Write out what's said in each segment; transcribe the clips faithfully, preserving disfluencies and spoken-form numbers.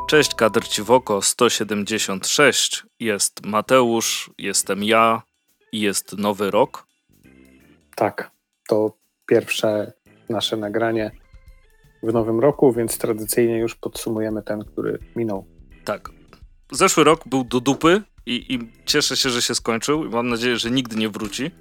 Cześć, kadr ci w oko sto siedemdziesiąt sześć. Jest Mateusz, jestem ja i jest nowy rok. Tak, to pierwsze nasze nagranie w nowym roku, więc tradycyjnie już podsumujemy ten, który minął. Tak. Zeszły rok był do dupy i, i cieszę się, że się skończył i mam nadzieję, że nigdy nie wróci.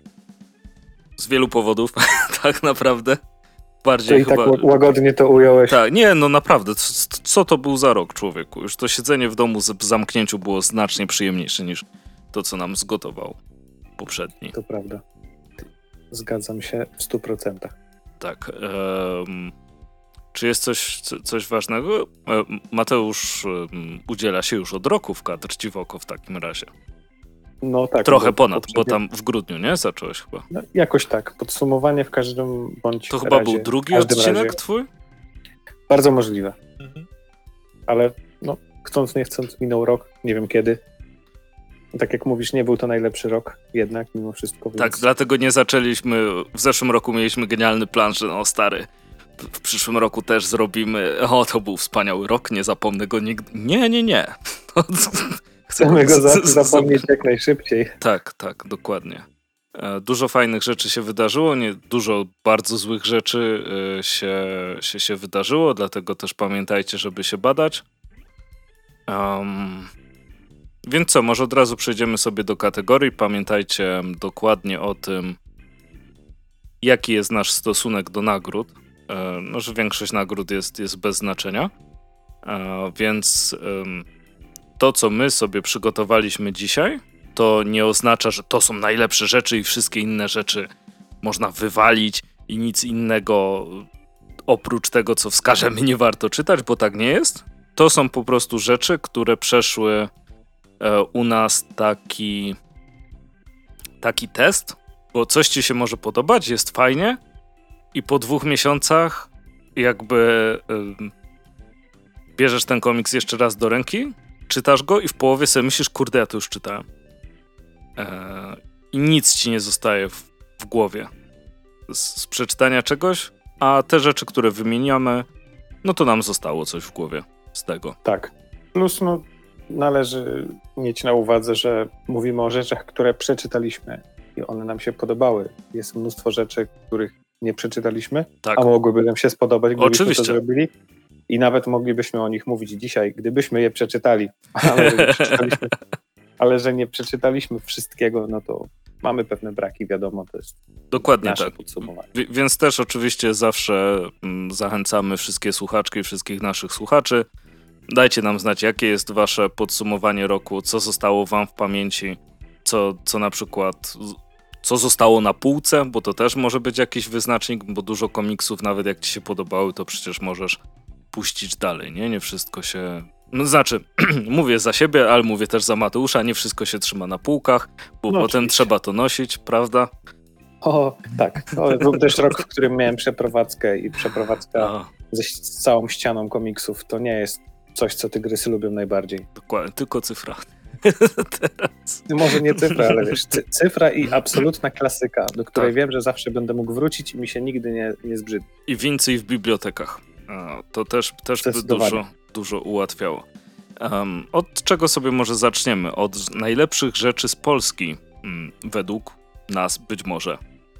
Z wielu powodów, tak naprawdę. Bardziej to i chyba... tak łagodnie to ująłeś. Tak, nie, no naprawdę. Co, co to był za rok, człowieku? Już to siedzenie w domu w zamknięciu było znacznie przyjemniejsze niż to, co nam zgotował poprzedni. To prawda. Zgadzam się w stu procentach. Tak. Um, czy jest coś, co, coś ważnego? Mateusz um, udziela się już od roku w Kadr ci w oko w takim razie. No tak. Trochę ponad, bo tam w grudniu, nie? Zacząłeś chyba. No, jakoś tak. Podsumowanie w każdym bądź To razie. chyba był drugi odcinek razie. twój? Bardzo możliwe. Mhm. Ale no, chcąc nie chcąc minął rok, nie wiem kiedy. Tak jak mówisz, nie był to najlepszy rok jednak mimo wszystko. Więc... Tak, dlatego nie zaczęliśmy, w zeszłym roku mieliśmy genialny plan, że no stary, w przyszłym roku też zrobimy, o to był wspaniały rok, nie zapomnę go nigdy. Nie, nie, nie. Chcemy go za- zapomnieć jak najszybciej. Tak, tak, dokładnie. Dużo fajnych rzeczy się wydarzyło, nie, dużo bardzo złych rzeczy się, się, się wydarzyło, dlatego też pamiętajcie, żeby się badać. Um, więc co, może od razu przejdziemy sobie do kategorii. Pamiętajcie dokładnie o tym, jaki jest nasz stosunek do nagród. No, że większość nagród jest, jest bez znaczenia. Więc to, co my sobie przygotowaliśmy dzisiaj, to nie oznacza, że to są najlepsze rzeczy i wszystkie inne rzeczy można wywalić i nic innego oprócz tego, co wskażemy, nie warto czytać, bo tak nie jest. To są po prostu rzeczy, które przeszły e, u nas taki taki test, bo coś ci się może podobać, jest fajnie i po dwóch miesiącach jakby e, bierzesz ten komiks jeszcze raz do ręki, czytasz go i w połowie sobie myślisz, kurde, ja to już czytałem. I nic ci nie zostaje w, w głowie z, z przeczytania czegoś, a te rzeczy, które wymieniamy, no to nam zostało coś w głowie z tego. Tak. Plus no, należy mieć na uwadze, że mówimy o rzeczach, które przeczytaliśmy i one nam się podobały. Jest mnóstwo rzeczy, których nie przeczytaliśmy, tak. A mogłyby nam się spodobać, gdybyśmy Oczywiście. to zrobili. I nawet moglibyśmy o nich mówić dzisiaj, gdybyśmy je przeczytali. Ale że nie przeczytaliśmy, ale że nie przeczytaliśmy wszystkiego, no to mamy pewne braki, wiadomo, to jest dokładnie nasze tak. podsumowanie. W- więc też oczywiście zawsze mm, zachęcamy wszystkie słuchaczki i wszystkich naszych słuchaczy. Dajcie nam znać, jakie jest wasze podsumowanie roku, co zostało wam w pamięci, co, co na przykład... co zostało na półce, bo to też może być jakiś wyznacznik, bo dużo komiksów, nawet jak ci się podobały, to przecież możesz puścić dalej, nie? Nie wszystko się... No, znaczy, mówię za siebie, ale mówię też za Mateusza, nie wszystko się trzyma na półkach, bo no potem oczywiście. trzeba to nosić, prawda? O, tak. To był też rok, w którym miałem przeprowadzkę i przeprowadzka A, ze z całą ścianą komiksów. To nie jest coś, co tygrysy lubią najbardziej. dokładnie, tylko cyfra. Teraz. Może nie cyfra, ale wiesz, cy- cyfra i absolutna klasyka, do której Tak. wiem, że zawsze będę mógł wrócić i mi się nigdy nie, nie zbrzydzi. I więcej w bibliotekach. A, to też, też by dużo, dużo ułatwiało. Um, od czego sobie może zaczniemy? Od najlepszych rzeczy z Polski, mm, według nas być może.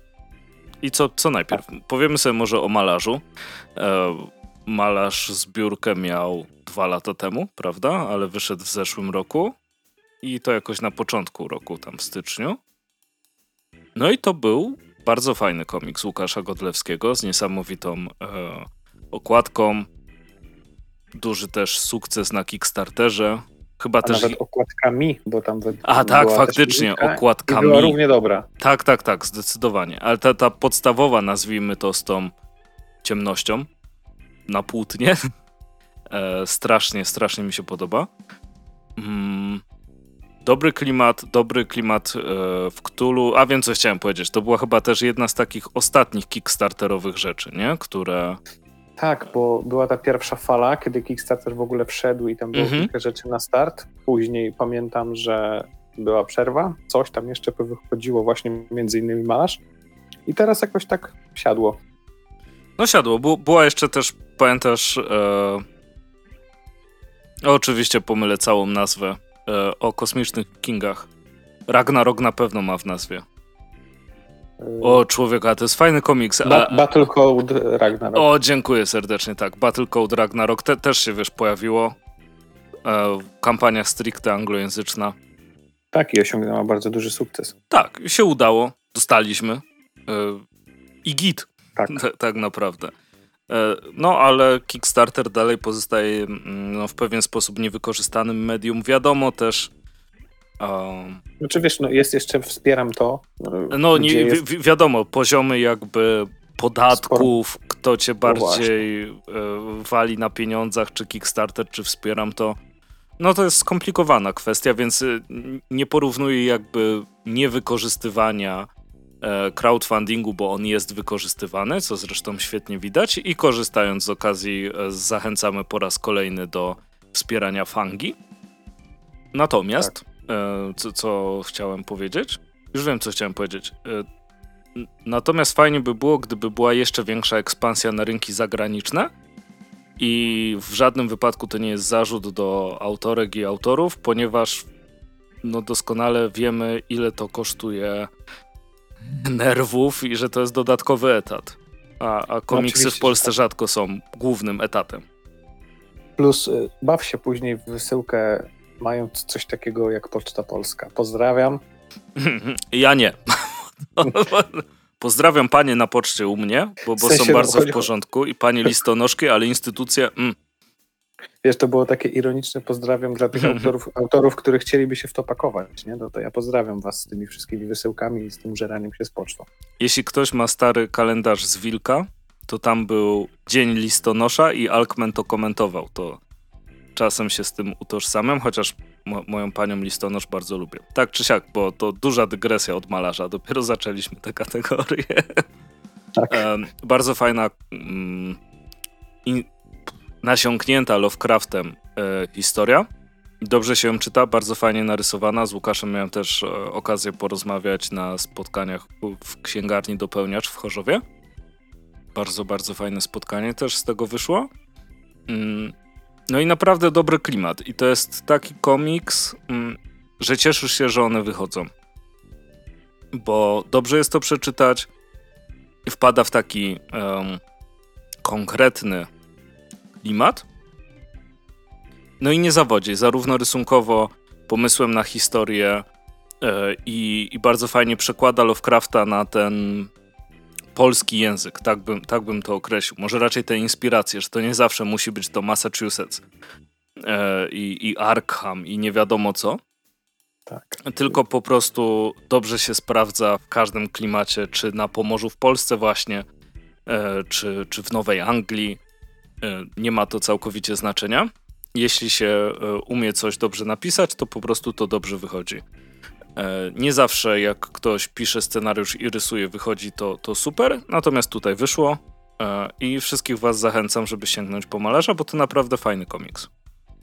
I co, co najpierw? Powiemy sobie może o Malarzu. E, Malarz zbiórkę miał dwa lata temu, prawda? Ale wyszedł w zeszłym roku. I to jakoś na początku roku, tam w styczniu. No i to był bardzo fajny komiks Łukasza Godlewskiego z niesamowitą e, okładką. Duży też sukces na Kickstarterze. Chyba A też... nawet okładkami, bo tam... A tak, faktycznie, okładkami. Była równie dobra. Tak, tak, tak, zdecydowanie. Ale ta, ta podstawowa, nazwijmy to z tą ciemnością na płótnie, e, strasznie, strasznie mi się podoba. Mm, dobry klimat, dobry klimat e, w Cthulhu. A wiem, co chciałem powiedzieć. To była chyba też jedna z takich ostatnich kickstarterowych rzeczy, nie? Które... Tak, bo była ta pierwsza fala, kiedy Kickstarter w ogóle wszedł i tam było Mhm. kilka rzeczy na start. Później pamiętam, że była przerwa, coś tam jeszcze wychodziło, właśnie między innymi Malarz. I teraz jakoś tak siadło. No siadło, Bu- była jeszcze też, pamiętasz, e, Oczywiście pomylę całą nazwę. E, o kosmicznych kingach. Ragnarok na pewno ma w nazwie. O, człowiek, a to jest fajny komiks. Ba- A, Battle Code Ragnarok. o, dziękuję serdecznie, tak. Battle Code Ragnarok te, też się, wiesz, pojawiło. E, kampania stricte anglojęzyczna. Tak, i osiągnęła bardzo duży sukces. Tak, się udało. Dostaliśmy. E, I git. Tak. T- tak naprawdę. E, no, ale Kickstarter dalej pozostaje mm, no, w pewien sposób niewykorzystanym medium. Wiadomo też... Um, Znaczy wiesz, no jest jeszcze, wspieram to. No nie, gdzie wi- jest... wi- wiadomo, poziomy jakby podatków, kto cię bardziej e, wali na pieniądzach, czy Kickstarter, czy wspieram to. No to jest skomplikowana kwestia, więc y, nie porównuję jakby niewykorzystywania e, crowdfundingu, bo on jest wykorzystywany, co zresztą świetnie widać, i korzystając z okazji e, zachęcamy po raz kolejny do wspierania Fangi. Natomiast, Tak. e, co, co chciałem powiedzieć? Już wiem, co chciałem powiedzieć. E, Natomiast fajnie by było, gdyby była jeszcze większa ekspansja na rynki zagraniczne i w żadnym wypadku to nie jest zarzut do autorek i autorów, ponieważ no doskonale wiemy, ile to kosztuje nerwów i że to jest dodatkowy etat. A, a komiksy No w Polsce rzadko są głównym etatem. Plus y, baw się później w wysyłkę, mając coś takiego jak Poczta Polska. Pozdrawiam. Ja nie. Pozdrawiam panie na poczcie u mnie, bo, bo W sensie, są bardzo no, w porządku i panie listonoszki, ale instytucje... Mm. Wiesz, to było takie ironiczne pozdrawiam dla tych autorów, autorów, którzy chcieliby się w to pakować, nie? No to ja pozdrawiam was z tymi wszystkimi wysyłkami i z tym żeraniem się z pocztą. Jeśli ktoś ma stary kalendarz z Wilka, to tam był Dzień Listonosza i Alkmen to komentował. To czasem się z tym utożsamiam, chociaż mo- moją panią listonosz bardzo lubię. Tak czy siak, bo to duża dygresja od malarza. Dopiero zaczęliśmy tę kategorię. Tak. Um, bardzo fajna, mm, in, nasiąknięta Lovecraftem e, historia. Dobrze się ją czyta, bardzo fajnie narysowana. Z Łukaszem miałem też e, okazję porozmawiać na spotkaniach w księgarni Dopełniacz w Chorzowie. Bardzo, bardzo fajne spotkanie też z tego wyszło. Mm, no i naprawdę dobry klimat. I to jest taki komiks, mm, że cieszysz się, że one wychodzą. Bo dobrze jest to przeczytać i wpada w taki um, konkretny klimat. No i nie zawodzi, zarówno rysunkowo, pomysłem na historię e, i, i bardzo fajnie przekłada Lovecrafta na ten polski język, tak bym, tak bym to określił. Może raczej te inspiracje, że to nie zawsze musi być to Massachusetts e, i, i Arkham i nie wiadomo co. Tak. Tylko po prostu dobrze się sprawdza w każdym klimacie, czy na Pomorzu w Polsce właśnie, e, czy, czy w Nowej Anglii. E, nie ma to całkowicie znaczenia. Jeśli się e, umie coś dobrze napisać, to po prostu to dobrze wychodzi. E, nie zawsze jak ktoś pisze scenariusz i rysuje, wychodzi to, to super, natomiast tutaj wyszło e, i wszystkich was zachęcam, żeby sięgnąć po malarza, bo to naprawdę fajny komiks.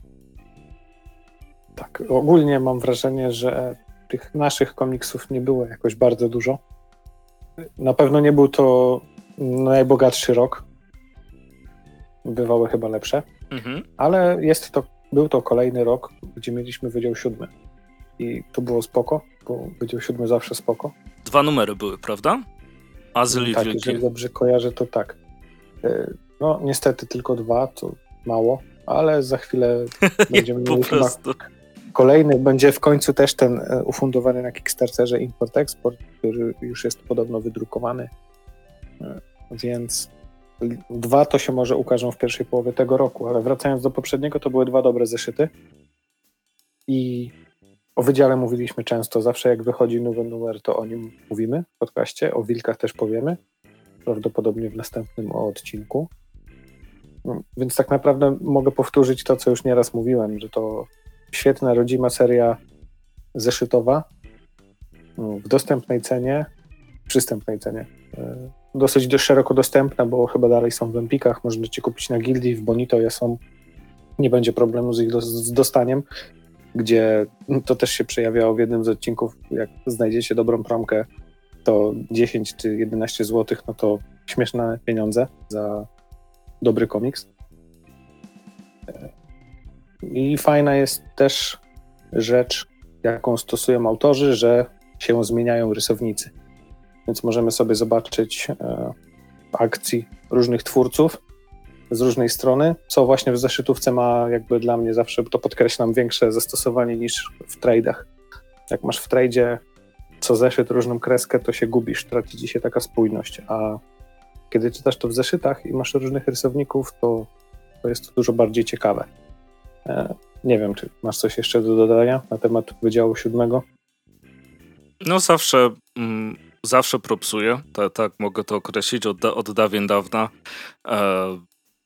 Tak, ogólnie mam wrażenie, że tych naszych komiksów nie było jakoś bardzo dużo. Na pewno nie był to najbogatszy rok. Bywały chyba lepsze. Mhm. Ale jest to, był to kolejny rok, gdzie mieliśmy Wydział Siódmy. I to było spoko, bo Wydział Siódmy zawsze spoko. Dwa numery były, prawda? Azyl i tak, Wilki. jeżeli dobrze kojarzę, to tak. No niestety tylko dwa, to mało, ale za chwilę będziemy po mieli prostu. Kolejny będzie w końcu też ten ufundowany na Kickstarterze Import-Export, który już jest podobno wydrukowany, więc dwa to się może ukażą w pierwszej połowie tego roku, ale wracając do poprzedniego, to były dwa dobre zeszyty i o Wydziale mówiliśmy często, zawsze jak wychodzi nowy numer, to o nim mówimy w podcaście, o Wilkach też powiemy, prawdopodobnie w następnym odcinku, więc tak naprawdę mogę powtórzyć to, co już nieraz mówiłem, że to świetna, rodzima seria zeszytowa w dostępnej cenie, przystępnej cenie. Dosyć dość szeroko dostępna, bo chyba dalej są w Empikach, możecie kupić na Gildii, w Bonito je są. Nie będzie problemu z ich do, z dostaniem, gdzie to też się przejawiało w jednym z odcinków, jak znajdziecie dobrą promkę, to dziesięć czy jedenaście złotych, no to śmieszne pieniądze za dobry komiks. I fajna jest też rzecz, jaką stosują autorzy, że się zmieniają rysownicy. Więc możemy sobie zobaczyć e, akcji różnych twórców z różnej strony, co właśnie w zeszytówce ma jakby dla mnie zawsze, to podkreślam, większe zastosowanie niż w trade'ach. Jak masz w trade'zie co zeszyt różną kreskę, to się gubisz, traci ci się taka spójność, a kiedy czytasz to w zeszytach i masz różnych rysowników, to, to jest to dużo bardziej ciekawe. E, nie wiem, czy masz coś jeszcze do dodania na temat Wydziału Siódmego? No zawsze, mm, zawsze propsuję, tak, tak mogę to określić od, da, od dawien dawna. E,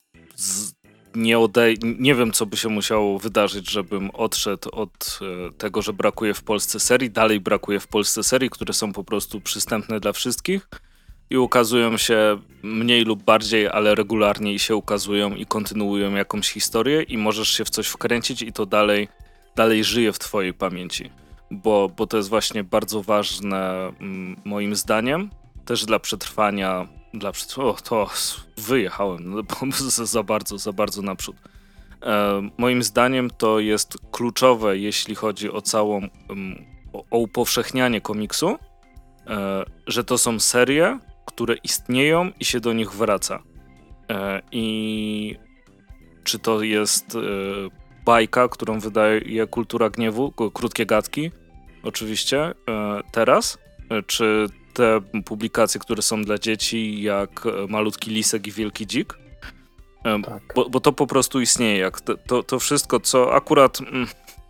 z, nie, odej- nie wiem, co by się musiało wydarzyć, żebym odszedł od e, tego, że brakuje w Polsce serii. Dalej brakuje w Polsce serii, które są po prostu przystępne dla wszystkich i ukazują się mniej lub bardziej, ale regularnie i się ukazują i kontynuują jakąś historię i możesz się w coś wkręcić i to dalej, dalej żyje w twojej pamięci. Bo, bo to jest właśnie bardzo ważne mm, moim zdaniem, też dla przetrwania, dla przetrwania, o to wyjechałem no, za, za bardzo, za bardzo naprzód. E, moim zdaniem to jest kluczowe, jeśli chodzi o całą, um, o, o upowszechnianie komiksu, e, że to są serie, które istnieją i się do nich wraca. E, I czy to jest e, bajka, którą wydaje Kultura Gniewu, Krótkie Gadki, oczywiście, e, teraz, e, czy te publikacje, które są dla dzieci, jak Malutki Lisek i Wielki Dzik, e, Tak. bo, bo to po prostu istnieje. Jak to, to, to wszystko, co akurat mm,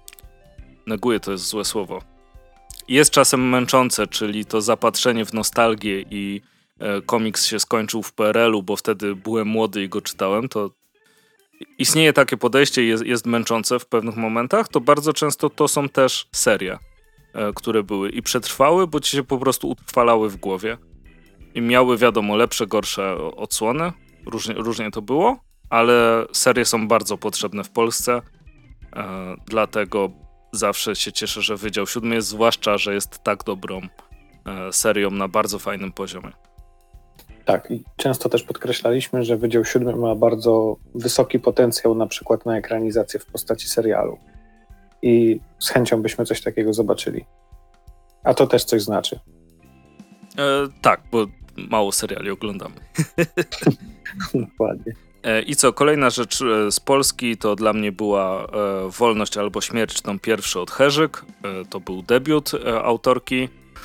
neguję, to jest złe słowo. Jest czasem męczące, czyli to zapatrzenie w nostalgię i e, komiks się skończył w P R L u, bo wtedy byłem młody i go czytałem, to istnieje takie podejście, jest, jest męczące w pewnych momentach, to bardzo często to są też serie, e, które były i przetrwały, bo ci się po prostu utrwalały w głowie i miały, wiadomo, lepsze, gorsze odsłony, różnie, różnie to było, ale serie są bardzo potrzebne w Polsce, e, dlatego zawsze się cieszę, że Wydział Siódmy jest, zwłaszcza, że jest tak dobrą e, serią na bardzo fajnym poziomie. Tak, i często też podkreślaliśmy, że Wydział Siódmy ma bardzo wysoki potencjał na przykład na ekranizację w postaci serialu. I z chęcią byśmy coś takiego zobaczyli. A to też coś znaczy. E, tak, bo mało seriali oglądamy. Dokładnie. E, I co, kolejna rzecz e, z Polski to dla mnie była e, Wolność albo Śmierć, tom pierwszy od Herzyk. E, to był debiut e, autorki.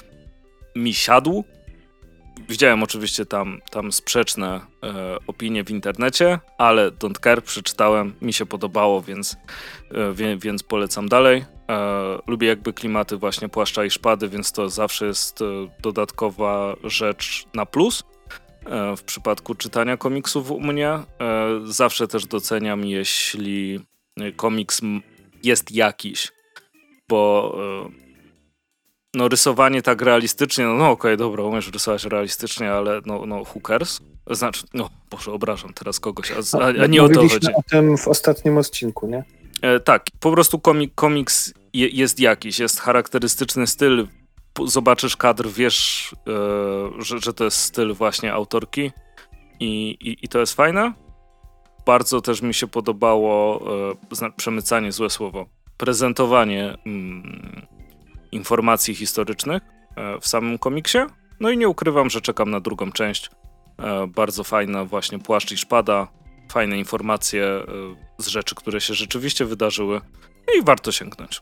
Mi siadł. Widziałem oczywiście tam, tam sprzeczne e, opinie w internecie, ale don't care, przeczytałem, mi się podobało, więc, e, wie, więc polecam dalej. E, lubię jakby klimaty właśnie Płaszcza i Szpady, więc to zawsze jest e, dodatkowa rzecz na plus e, w przypadku czytania komiksów u mnie. E, zawsze też doceniam, jeśli komiks jest jakiś, bo e, no rysowanie tak realistycznie, no, no okej, okay, dobra, umiesz rysować realistycznie, ale no, no who cares? Znaczy, no Boże, obrażam teraz kogoś, a, a, a nie o to chodzi. Mówiliśmy o tym w ostatnim odcinku, nie? E, tak, po prostu komik, komiks je, jest jakiś, jest charakterystyczny styl, zobaczysz kadr, wiesz, e, że, że to jest styl właśnie autorki i, i, i to jest fajne. Bardzo też mi się podobało, e, przemycanie, złe słowo, prezentowanie mm, informacji historycznych w samym komiksie. No i nie ukrywam, że czekam na drugą część. Bardzo fajna właśnie Płaszcz i Szpada. Fajne informacje z rzeczy, które się rzeczywiście wydarzyły. I warto sięgnąć.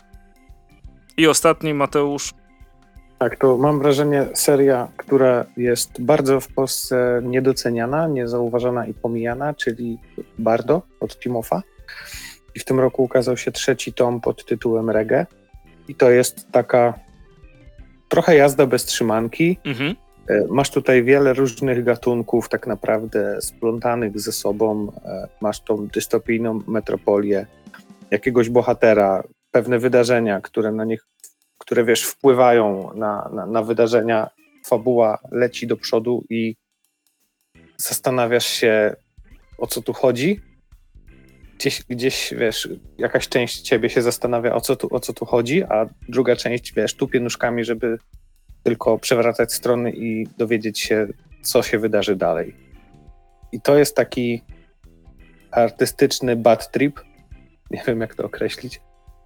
I ostatni, Mateusz. Tak, to mam wrażenie seria, która jest bardzo w Polsce niedoceniana, niezauważana i pomijana, czyli Bardo od Timofa. I w tym roku ukazał się trzeci tom pod tytułem Reggae. I to jest taka trochę jazda bez trzymanki. Mhm. Masz tutaj wiele różnych gatunków tak naprawdę splątanych ze sobą. Masz tą dystopijną metropolię, jakiegoś bohatera, pewne wydarzenia, które na nich, które wiesz, wpływają na, na, na wydarzenia. Fabuła leci do przodu i zastanawiasz się, o co tu chodzi. Gdzieś, gdzieś, wiesz, jakaś część ciebie się zastanawia, o co tu, o co tu chodzi, a druga część, wiesz, tupie nóżkami, żeby tylko przewracać strony i dowiedzieć się, co się wydarzy dalej. I to jest taki artystyczny bad trip, nie wiem jak to określić.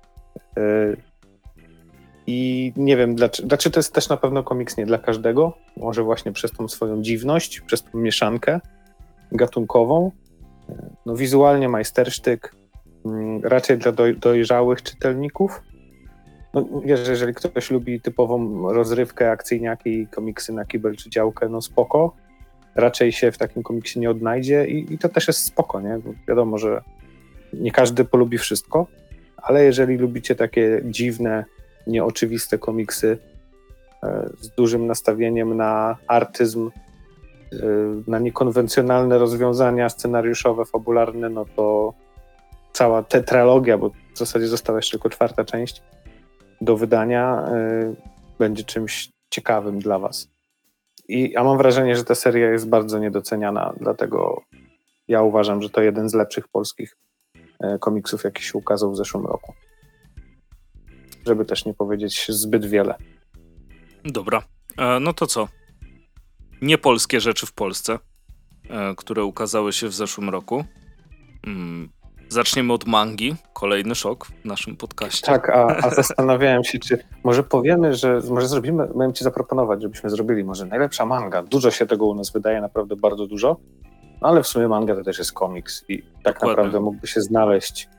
I nie wiem, dlaczego, znaczy to jest też na pewno komiks nie dla każdego, może właśnie przez tą swoją dziwność, przez tą mieszankę gatunkową. No wizualnie majstersztyk, raczej dla doj- dojrzałych czytelników. No, wiesz, jeżeli ktoś lubi typową rozrywkę, akcyjniaki i komiksy na kibel czy działkę, no spoko. Raczej się w takim komiksie nie odnajdzie i, i to też jest spoko, nie? Bo wiadomo, że nie każdy polubi wszystko, ale jeżeli lubicie takie dziwne, nieoczywiste komiksy e, z dużym nastawieniem na artyzm, e, na niekonwencjonalne rozwiązania scenariuszowe, fabularne, no to cała tetralogia, bo w zasadzie została jeszcze tylko czwarta część do wydania, e, będzie czymś ciekawym dla was. I, a mam wrażenie, że ta seria jest bardzo niedoceniana, dlatego ja uważam, że to jeden z lepszych polskich e, komiksów, jaki się ukazał w zeszłym roku. Żeby też nie powiedzieć zbyt wiele. Dobra, e, no to co? Niepolskie rzeczy w Polsce, e, które ukazały się w zeszłym roku. Mm, zaczniemy od mangi. Kolejny szok w naszym podcaście. Tak, a, a zastanawiałem się, czy może powiemy, że może zrobimy, miałem ci zaproponować, żebyśmy zrobili może najlepsza manga. Dużo się tego u nas wydaje, naprawdę bardzo dużo, no ale w sumie manga to też jest komiks i tak Dokładnie. naprawdę mógłby się znaleźć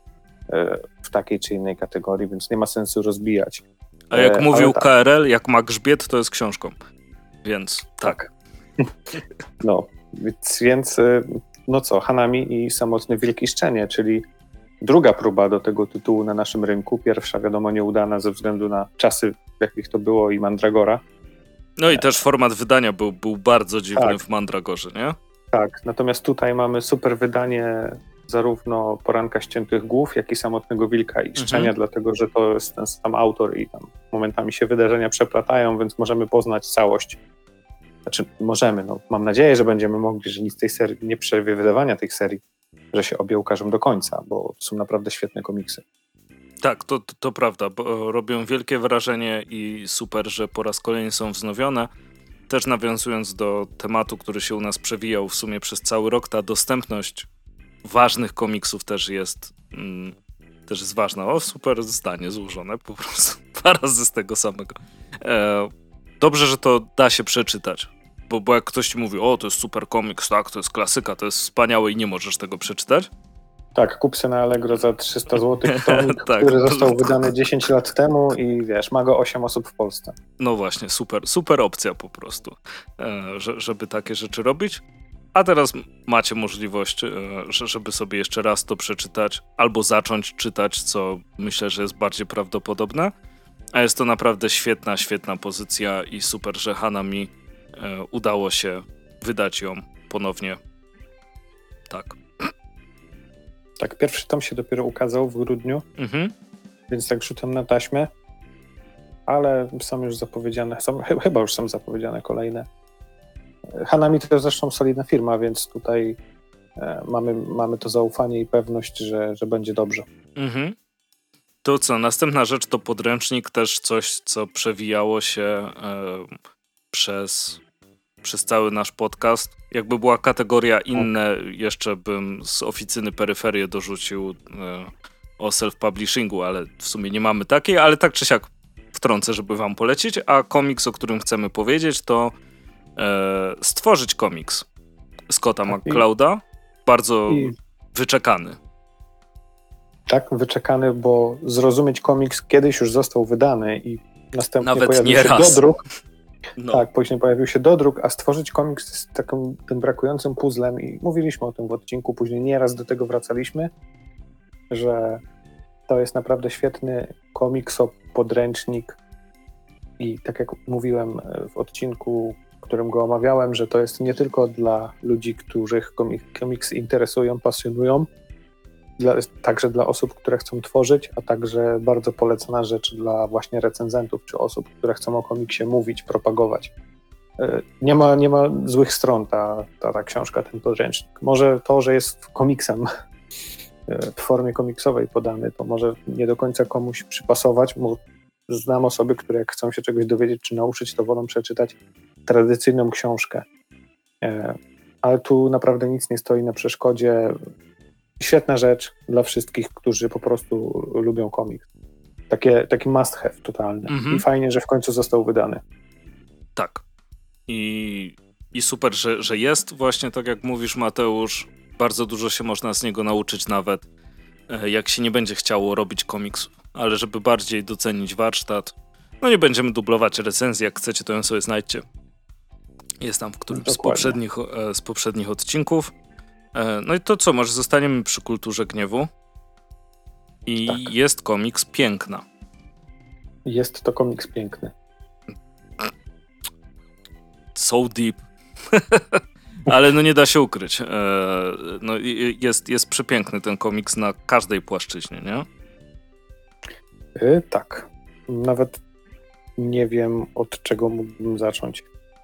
w takiej czy innej kategorii, więc nie ma sensu rozbijać. A jak e, mówił tak. K R L, jak ma grzbiet, to jest książką. Więc tak. No, więc, więc no co, Hanami i Samotny Wilk i Szczenie, czyli druga próba do tego tytułu na naszym rynku. Pierwsza wiadomo nieudana ze względu na czasy, w jakich to było i Mandragora. No i też format wydania był, był bardzo dziwny tak. w Mandragorze, nie? Tak, natomiast tutaj mamy super wydanie zarówno Poranka Ściętych Głów, jak i Samotnego Wilka i Szczenia, mhm. dlatego że to jest ten sam autor i tam momentami się wydarzenia przeplatają, więc możemy poznać całość. Znaczy możemy, no mam nadzieję, że będziemy mogli, że nic tej serii, nie przerwie wydawania tych serii, że się obie ukażą do końca, bo to są naprawdę świetne komiksy. Tak, to, to, to prawda, bo robią wielkie wrażenie i super, że po raz kolejny są wznowione. Też nawiązując do tematu, który się u nas przewijał w sumie przez cały rok, ta dostępność ważnych komiksów też jest mm, też jest ważna. O, super zdanie złożone, po prostu dwa razy z tego samego. E, dobrze, że to da się przeczytać, bo, bo jak ktoś ci mówi, o, to jest super komiks, tak, to jest klasyka, to jest wspaniałe i nie możesz tego przeczytać. Tak, kup se na Allegro za trzysta złotych tomik, tak, który został wydany dziesięć lat temu i wiesz, ma go osiem osób w Polsce. No właśnie, super, super opcja po prostu, e, że, żeby takie rzeczy robić. A teraz macie możliwość, e, żeby sobie jeszcze raz to przeczytać albo zacząć czytać, co myślę, że jest bardziej prawdopodobne. A jest to naprawdę świetna, świetna pozycja i super, że Hanami e, udało się wydać ją ponownie. Tak. Tak, pierwszy tom się dopiero ukazał w grudniu, mhm. więc tak rzucam na taśmę, ale są już zapowiedziane, są, chyba już są zapowiedziane kolejne. Hanami to zresztą solidna firma, więc tutaj e, mamy, mamy to zaufanie i pewność, że, że będzie dobrze. Mhm. To co, następna rzecz to podręcznik, też coś, co przewijało się e, przez, przez cały nasz podcast. Jakby była kategoria inne, jeszcze bym z oficyny peryferię dorzucił e, o self-publishingu, ale w sumie nie mamy takiej, ale tak czy siak wtrącę, żeby wam polecić, a komiks, o którym chcemy powiedzieć, to e, stworzyć komiks Scotta McClouda, bardzo I... wyczekany. Tak, wyczekany, bo zrozumieć komiks kiedyś już został wydany i następnie Nawet pojawił nie się raz. dodruk. No. Tak, później pojawił się dodruk, a stworzyć komiks jest takim tym brakującym puzzlem i mówiliśmy o tym w odcinku, później nieraz do tego wracaliśmy, że to jest naprawdę świetny komikso-podręcznik i tak jak mówiłem w odcinku, w którym go omawiałem, że to jest nie tylko dla ludzi, których komik- komiksy interesują, pasjonują, Dla, także dla osób, które chcą tworzyć, a także bardzo polecana rzecz dla właśnie recenzentów, czy osób, które chcą o komiksie mówić, propagować. Nie ma, nie ma złych stron ta, ta, ta książka, ten podręcznik. Może to, że jest komiksem w formie komiksowej podany, to może nie do końca komuś przypasować, bo znam osoby, które jak chcą się czegoś dowiedzieć, czy nauczyć, to wolą przeczytać tradycyjną książkę. Ale tu naprawdę nic nie stoi na przeszkodzie. świetna rzecz dla wszystkich, którzy po prostu lubią komiks. Takie, taki must have totalny. Mhm. I fajnie, że w końcu został wydany. Tak. I, i super, że, że jest właśnie tak jak mówisz, Mateusz. Bardzo dużo się można z niego nauczyć nawet, jak się nie będzie chciało robić komiksów, ale żeby bardziej docenić warsztat. No nie będziemy dublować recenzji, jak chcecie, to ją sobie znajdźcie. Jest tam w którymś z poprzednich, z poprzednich odcinków. No i to co, może zostaniemy przy Kulturze Gniewu. I tak. Jest komiks Piękna. Jest to komiks piękny. So deep. Ale no nie da się ukryć. No jest, jest przepiękny ten komiks na każdej płaszczyźnie, nie? Yy, tak. Nawet nie wiem, od czego mógłbym zacząć.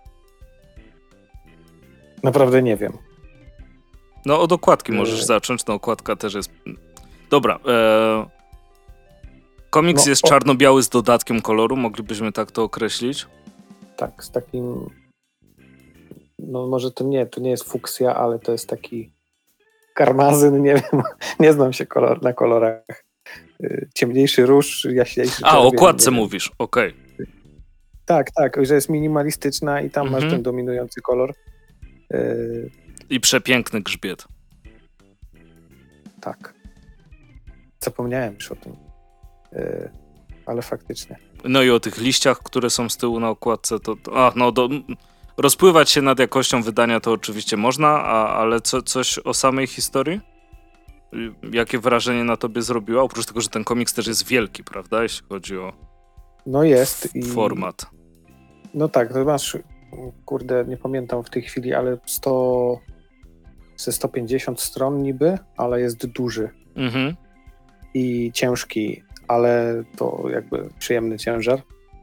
Naprawdę nie wiem. No od okładki yy. możesz zacząć. No okładka też jest... Dobra. E... Komiks no, jest o... czarno-biały z dodatkiem koloru. Moglibyśmy tak to określić? Tak, z takim... No może to nie, to nie jest fuksja, ale to jest taki karmazyn, nie wiem, nie znam się kolor, na kolorach. Ciemniejszy róż, jaśniejszy czerwień. A, o okładce mówisz, okej. Okay. Tak, tak, że jest minimalistyczna i tam mhm. masz ten dominujący kolor. Y... I przepiękny grzbiet. Tak. Zapomniałem już o tym. Y... Ale faktycznie. No i o tych liściach, które są z tyłu na okładce, to... to a, no do... Rozpływać się nad jakością wydania to oczywiście można, a, ale co, coś o samej historii? Jakie wrażenie na tobie zrobiła? Oprócz tego, że ten komiks też jest wielki, prawda? Jeśli chodzi o no jest i... format. No tak, to masz, kurde, nie pamiętam w tej chwili, ale sto, ze sto pięćdziesiąt stron niby, ale jest duży. Mhm. I ciężki, ale to jakby przyjemny ciężar.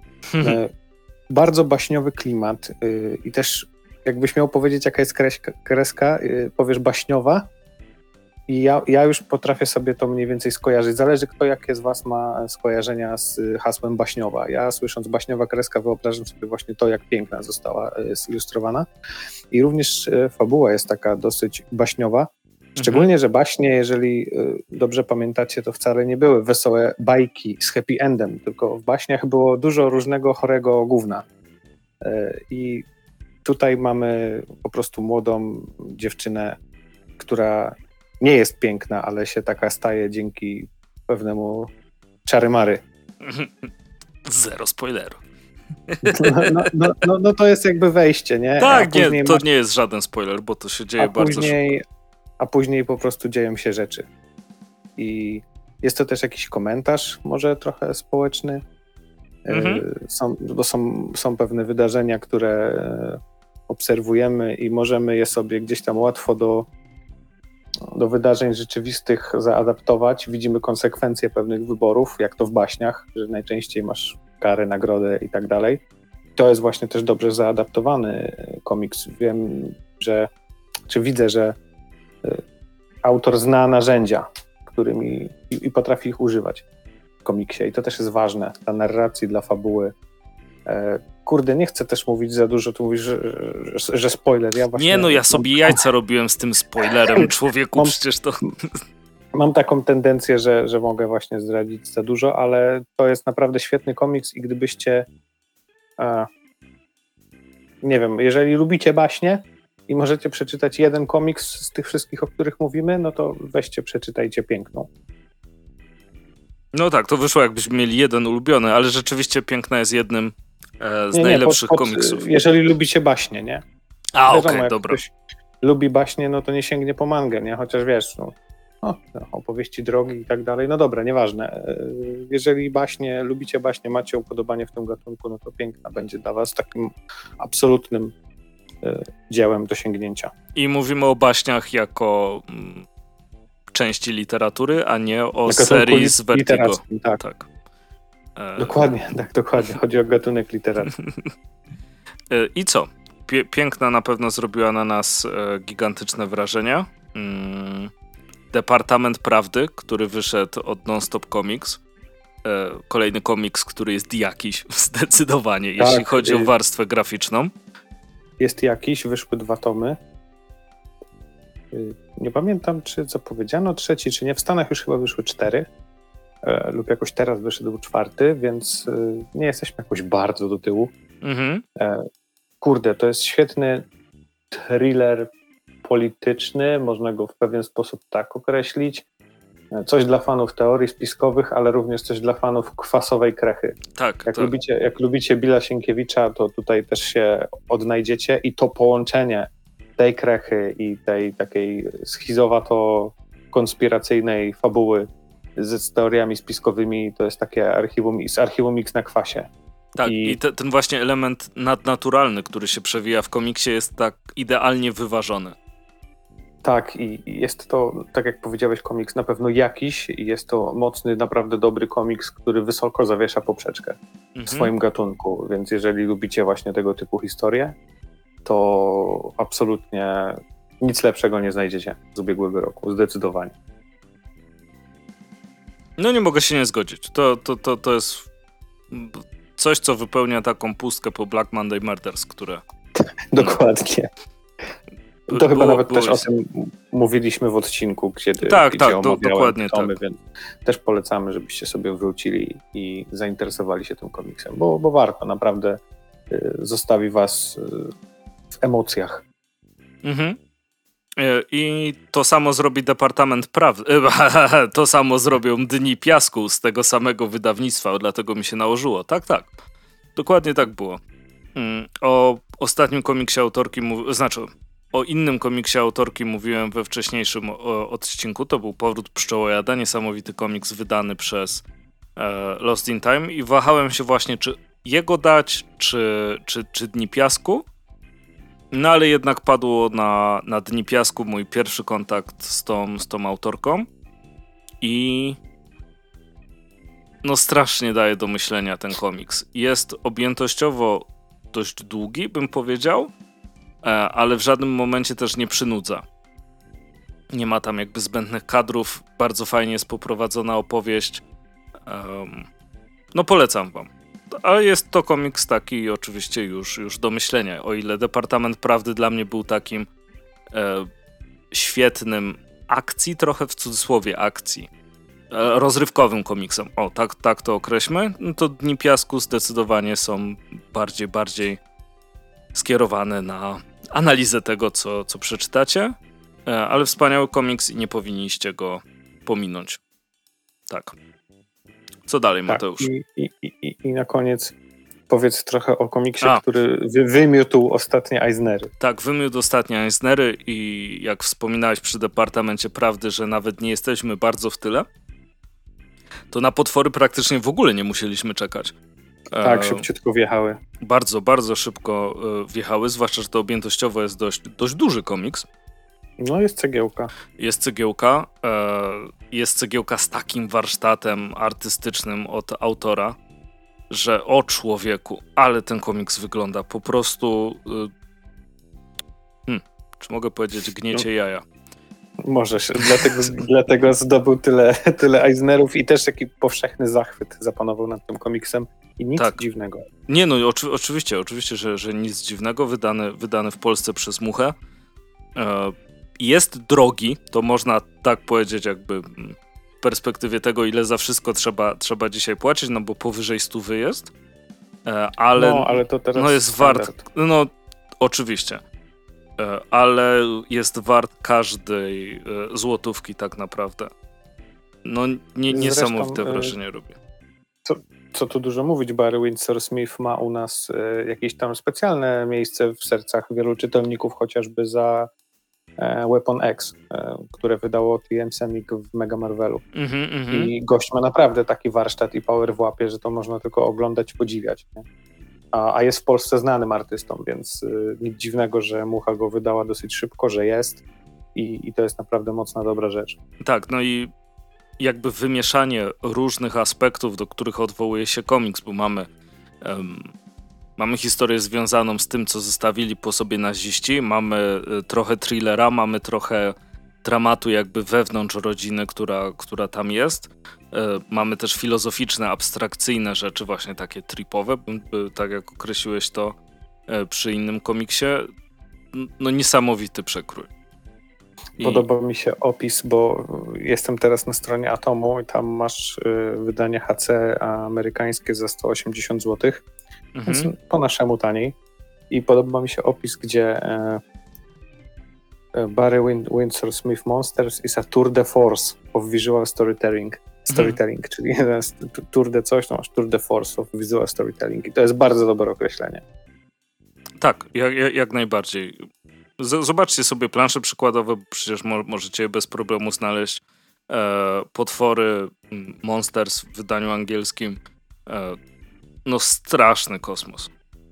Bardzo baśniowy klimat yy, i też jakbyś miał powiedzieć, jaka jest kreska, kreska yy, powiesz baśniowa i ja, ja już potrafię sobie to mniej więcej skojarzyć. Zależy kto jakie z was ma skojarzenia z hasłem baśniowa. Ja słysząc baśniowa kreska wyobrażam sobie właśnie to, jak piękna została yy, zilustrowana i również yy, fabuła jest taka dosyć baśniowa. Szczególnie, że baśnie, jeżeli yy, dobrze pamiętacie, to wcale nie były wesołe bajki z happy endem, tylko w baśniach było dużo różnego chorego gówna. Yy, I tutaj mamy po prostu młodą dziewczynę, która nie jest piękna, ale się taka staje dzięki pewnemu czary-mary. Zero spoileru. No, no, no, no, no to jest jakby wejście, nie? Tak, nie, to masz... nie jest żaden spoiler, bo to się dzieje a bardzo później... szybko. A później po prostu dzieją się rzeczy. I jest to też jakiś komentarz, może trochę społeczny, mhm. są, bo są, są pewne wydarzenia, które obserwujemy i możemy je sobie gdzieś tam łatwo do, do wydarzeń rzeczywistych zaadaptować. Widzimy konsekwencje pewnych wyborów, jak to w baśniach, że najczęściej masz karę, nagrodę i tak dalej. To jest właśnie też dobrze zaadaptowany komiks. Wiem, że, czy widzę, że autor zna narzędzia, którymi i, i potrafi ich używać w komiksie i to też jest ważne dla narracji, dla fabuły. E, kurde, nie chcę też mówić za dużo, tu mówisz, że, że, że spoiler. Ja właśnie nie no, ja sobie mam... jajca robiłem z tym spoilerem, człowieku, mam, przecież to... Mam taką tendencję, że, że mogę właśnie zdradzić za dużo, ale to jest naprawdę świetny komiks i gdybyście e, nie wiem, jeżeli lubicie baśnie i możecie przeczytać jeden komiks z tych wszystkich, o których mówimy, no to weźcie, przeczytajcie Piękną. No tak, to wyszło jakbyśmy mieli jeden ulubiony, ale rzeczywiście Piękna jest jednym e, z nie, najlepszych nie, pod, pod, komiksów. Jeżeli lubicie baśnie, nie? A, okej, okay, dobra. Ktoś lubi baśnie, no to nie sięgnie po mangę, nie? Chociaż wiesz, no, no, opowieści drogi i tak dalej, no dobra, nieważne. Jeżeli baśnie, lubicie baśnie, macie upodobanie w tym gatunku, no to Piękna będzie dla was takim absolutnym dziełem do sięgnięcia. I mówimy o baśniach jako mm, części literatury, a nie o jako serii z Vertigo. Tak. tak. E... Dokładnie, tak, dokładnie. Chodzi o gatunek literacki. I co? Pie- Piękna na pewno zrobiła na nas e, gigantyczne wrażenie. Mm, Departament Prawdy, który wyszedł od Non-Stop Comics. E, kolejny komiks, który jest jakiś zdecydowanie, tak, jeśli chodzi y- o warstwę graficzną. Jest jakiś, wyszły dwa tomy. nie pamiętam, czy zapowiedziano trzeci, czy nie. W Stanach już chyba wyszły cztery, e, lub jakoś teraz wyszedł czwarty, więc e, nie jesteśmy jakoś bardzo do tyłu. Mhm. E, kurde, to jest świetny thriller polityczny, można go w pewien sposób tak określić. Coś dla fanów teorii spiskowych, ale również coś dla fanów kwasowej krechy. Tak. Jak, to... lubicie, jak lubicie Billa Sienkiewicza, to tutaj też się odnajdziecie i to połączenie tej krechy i tej takiej schizowato-konspiracyjnej fabuły z teoriami spiskowymi, to jest takie archiwum, z archiwum X na kwasie. Tak, i, i te, ten właśnie element nadnaturalny, który się przewija w komiksie, jest tak idealnie wyważony. Tak, i jest to, tak jak powiedziałeś, komiks na pewno jakiś i jest to mocny, naprawdę dobry komiks, który wysoko zawiesza poprzeczkę Mhm. w swoim gatunku, więc jeżeli lubicie właśnie tego typu historie, to absolutnie nic lepszego nie znajdziecie z ubiegłego roku, zdecydowanie. No nie mogę się nie zgodzić. To, to, to, to jest coś, co wypełnia taką pustkę po Black Monday Murders, które... Dokładnie. To było, chyba nawet było też jest... o tym mówiliśmy w odcinku, kiedy, tak, gdzie tak, do, omawiałem dokładnie tomy, tak. Więc też polecamy, żebyście sobie wrócili i zainteresowali się tym komiksem, bo, bo warto, naprawdę y, zostawi was y, w emocjach. Mhm. I to samo zrobi Departament Prawdy. To samo zrobią Dni Piasku z tego samego wydawnictwa, dlatego mi się nałożyło. Tak, tak. Dokładnie tak było. O ostatnim komiksie autorki, mów... znaczy o innym komiksie autorki mówiłem we wcześniejszym odcinku. To był Powrót Pszczołojada, niesamowity komiks wydany przez e, Lost in Time i wahałem się właśnie, czy jego dać, czy, czy, czy Dni Piasku. No ale jednak padło na, na Dni Piasku mój pierwszy kontakt z tą, z tą autorką i no strasznie daje do myślenia ten komiks. Jest objętościowo dość długi, bym powiedział, ale w żadnym momencie też nie przynudza. Nie ma tam jakby zbędnych kadrów, bardzo fajnie jest poprowadzona opowieść. Um, no polecam wam. Ale jest to komiks taki oczywiście już, już do myślenia. O ile Departament Prawdy dla mnie był takim e, świetnym akcji, trochę w cudzysłowie akcji, e, rozrywkowym komiksem. O, tak, tak to określmy. No to Dni Piasku zdecydowanie są bardziej, bardziej skierowane na analizę tego, co, co przeczytacie. E, ale wspaniały komiks i nie powinniście go pominąć. Tak. Co dalej, Mateusz? Tak, i, i, i, I na koniec powiedz trochę o komiksie, A. który wy, wymiótł ostatnie Eisnery. Tak, wymiótł ostatnie Eisnery i jak wspominałeś przy Departamencie Prawdy, że nawet nie jesteśmy bardzo w tyle, to na potwory praktycznie w ogóle nie musieliśmy czekać. Tak, e, szybciutko wjechały. Bardzo, bardzo szybko e, wjechały, zwłaszcza, że to objętościowo jest dość, dość duży komiks. No jest cegiełka. Jest cegiełka. E, jest cegiełka z takim warsztatem artystycznym od autora, że o człowieku, ale ten komiks wygląda po prostu... E, hmm, czy mogę powiedzieć gniecie no. jaja? Możesz, dlatego, dlatego zdobył tyle, tyle Eisnerów i też taki powszechny zachwyt zapanował nad tym komiksem i nic tak. dziwnego. Nie no, oczy, oczywiście, oczywiście, że, że nic dziwnego, wydany, wydany w Polsce przez Muchę. E, jest drogi, to można tak powiedzieć jakby w perspektywie tego, ile za wszystko trzeba, trzeba dzisiaj płacić, no bo powyżej stówy jest, e, ale, no, ale to teraz no jest standard. wart, no oczywiście, e, ale jest wart każdej e, złotówki tak naprawdę. No nie, niesamowite Zresztą, wrażenie robi. Co, co tu dużo mówić, Barry Windsor Smith ma u nas e, jakieś tam specjalne miejsce w sercach wielu czytelników, chociażby za e, Weapon X, e, które wydało T M Semik w Mega Marvelu. Mm-hmm, mm-hmm. I gość ma naprawdę taki warsztat i power w łapie, że to można tylko oglądać, podziwiać. Nie? A, a jest w Polsce znanym artystą, więc y, nic dziwnego, że Mucha go wydała dosyć szybko, że jest i, i to jest naprawdę mocna, dobra rzecz. Tak, no i jakby wymieszanie różnych aspektów, do których odwołuje się komiks, bo mamy um, mamy historię związaną z tym, co zostawili po sobie naziści, mamy y, trochę thrillera, mamy trochę dramatu jakby wewnątrz rodziny, która, która tam jest. Y, mamy też filozoficzne, abstrakcyjne rzeczy, właśnie takie tripowe, y, tak jak określiłeś to y, przy innym komiksie. No niesamowity przekrój. I... Podoba mi się opis, bo jestem teraz na stronie Atomu i tam masz y, wydanie H C amerykańskie za sto osiemdziesiąt złotych, mhm. więc po naszemu taniej. I podoba mi się opis, gdzie e, Barry Win- Windsor Smith Monsters is a tour de force of visual storytelling. Storytelling, mhm. czyli tour de coś, to masz tour de force of visual storytelling. I to jest bardzo dobre określenie. Tak, jak, jak najbardziej. Z- zobaczcie sobie plansze przykładowe, bo przecież mo- możecie bez problemu znaleźć e, potwory Monsters w wydaniu angielskim. E, no straszny kosmos.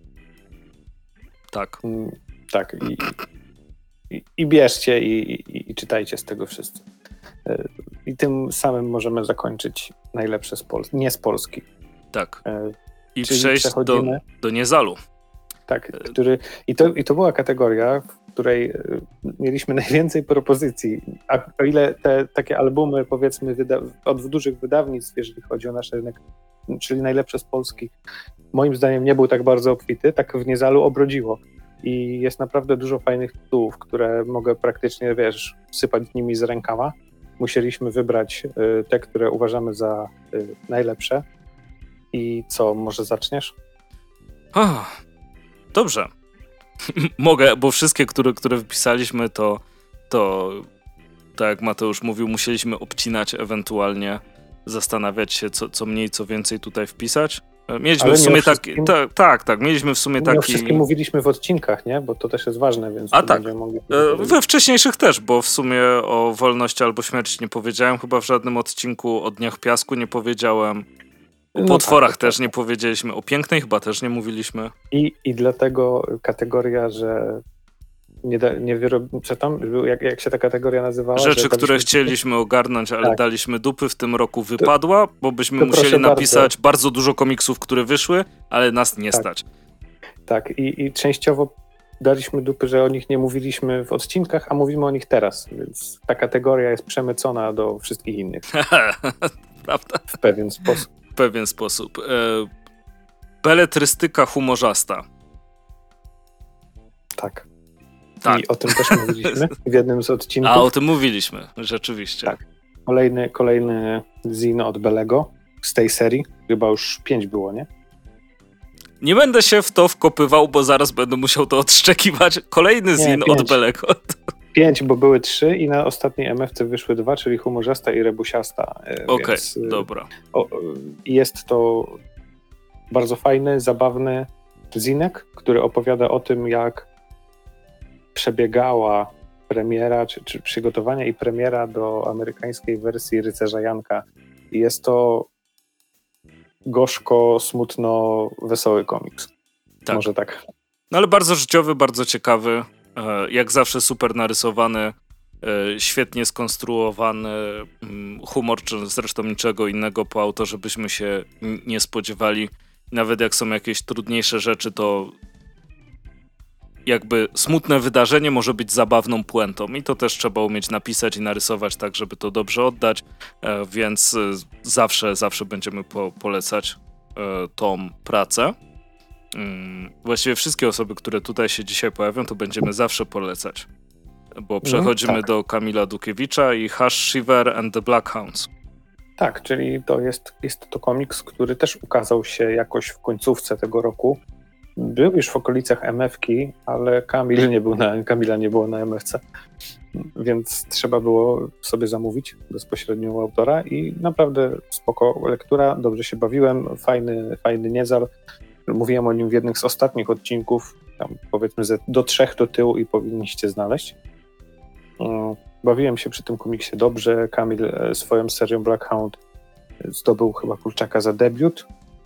Tak. Mm, tak. I, i, i bierzcie i, i, i czytajcie z tego wszyscy. E, I tym samym możemy zakończyć najlepsze z Polski. Nie z Polski. Tak. E, I przejść do, do Niezalu. Tak, który, i, to, i to była kategoria, w której mieliśmy najwięcej propozycji. A o ile te takie albumy, powiedzmy, wyda- od dużych wydawnictw, jeżeli chodzi o nasz rynek, czyli najlepsze z Polski, moim zdaniem nie był tak bardzo obfity, tak w Niezalu obrodziło. I jest naprawdę dużo fajnych tytułów, które mogę praktycznie, wiesz, sypać nimi z rękawa. Musieliśmy wybrać y, te, które uważamy za y, najlepsze. I co, może zaczniesz? Oh. Dobrze. Mogę, bo wszystkie, które, które wypisaliśmy, to, to tak jak Mateusz mówił, musieliśmy obcinać, ewentualnie zastanawiać się, co, co mniej, co więcej tutaj wpisać. Mieliśmy Ale w sumie taki... wszystkim... Ta, tak, tak, mieliśmy w sumie taki... Nie o wszystkim mówiliśmy w odcinkach, nie? Bo to też jest ważne, więc... A tak, mogli... we wcześniejszych też, bo w sumie o Wolności albo Śmierci nie powiedziałem chyba w żadnym odcinku, o Dniach Piasku nie powiedziałem. O potworach no tak, też tak. nie powiedzieliśmy, o Pięknej chyba też nie mówiliśmy. I, i dlatego kategoria, że nie, da, nie wyrob... Co tam? Jak, jak się ta kategoria nazywała? Rzeczy, daliśmy... które chcieliśmy ogarnąć, ale tak. daliśmy dupy, w tym roku wypadła, bo byśmy to musieli napisać bardzo. bardzo dużo komiksów, które wyszły, ale nas nie tak. stać. Tak, I, i częściowo daliśmy dupy, że o nich nie mówiliśmy w odcinkach, a mówimy o nich teraz, więc ta kategoria jest przemycona do wszystkich innych. Prawda? W pewien sposób. W pewien sposób. E, beletrystyka humorzasta. Tak. tak. I o tym też mówiliśmy w jednym z odcinków. A o tym mówiliśmy, rzeczywiście. Tak. Kolejny, kolejny zin od Belego z tej serii. Chyba już pięć było, nie? Nie będę się w to wkopywał, bo zaraz będę musiał to odszczekiwać. Kolejny nie, zin pięć. Od Belego. Pięć, bo były trzy i na ostatniej em ef ce wyszły dwa, czyli Humorzasta i Rebusiasta. Okej, okay, dobra. O, jest to bardzo fajny, zabawny zinek, który opowiada o tym, jak przebiegała premiera, czy, czy przygotowania i premiera do amerykańskiej wersji Rycerza Janka. I jest to gorzko, smutno, wesoły komiks. Tak. Może tak. No ale bardzo życiowy, bardzo ciekawy. Jak zawsze super narysowany, świetnie skonstruowany humor, czy zresztą niczego innego po autorze byśmy się nie spodziewali. Nawet jak są jakieś trudniejsze rzeczy, to jakby smutne wydarzenie może być zabawną puentą i to też trzeba umieć napisać i narysować tak, żeby to dobrze oddać, więc zawsze, zawsze będziemy po- polecać tą pracę. Właściwie wszystkie osoby, które tutaj się dzisiaj pojawią, to będziemy zawsze polecać, bo przechodzimy mm, tak. do Kamila Dukiewicza i Hush, Shiver and the Black Hounds. Tak, czyli to jest, jest to komiks, który też ukazał się jakoś w końcówce tego roku. Był już w okolicach em ef ki, ale Kamil nie był na, Kamila nie było na em ef ce, więc trzeba było sobie zamówić bezpośrednio u autora i naprawdę spoko lektura, dobrze się bawiłem, fajny, fajny niezal. Mówiłem o nim w jednym z ostatnich odcinków, tam powiedzmy do trzech do tyłu i powinniście znaleźć. Bawiłem się przy tym komiksie dobrze. Kamil swoją serią Black Hound zdobył chyba kurczaka za debiut,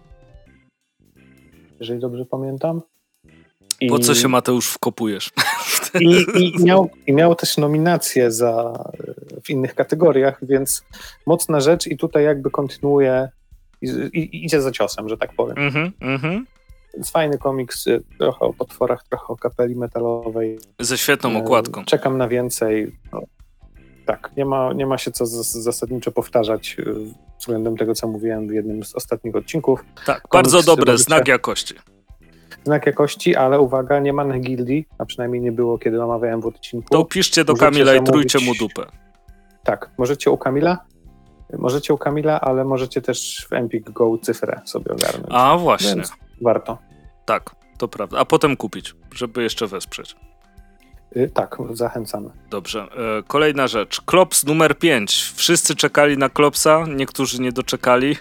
jeżeli dobrze pamiętam. I, po co się, Mateusz, wkopujesz? I, i, miał, I miał też nominacje za, w innych kategoriach, więc mocna rzecz i tutaj jakby kontynuuje i, i idzie za ciosem, że tak powiem. Mm-hmm, mm-hmm. Więc fajny komiks, trochę o potworach, trochę o kapeli metalowej. Ze świetną okładką. Czekam na więcej. No, tak, nie ma, nie ma się co z, zasadniczo powtarzać względem tego, co mówiłem w jednym z ostatnich odcinków. Tak, komiks bardzo dobre, znak jakości. znak jakości, ale uwaga, nie ma na gildii, a przynajmniej nie było, kiedy omawiałem w odcinku. To piszcie do Możecie Kamila i zamówić... trójcie mu dupę. Tak, możecie u Kamila, możecie u Kamila, ale możecie też w Empik Go cyfrę sobie ogarnąć. A właśnie. Więc warto. Tak, to prawda. A potem kupić, żeby jeszcze wesprzeć. Yy, tak, zachęcamy. Dobrze. E, kolejna rzecz. Klops numer pięć. Wszyscy czekali na Klopsa, niektórzy nie doczekali.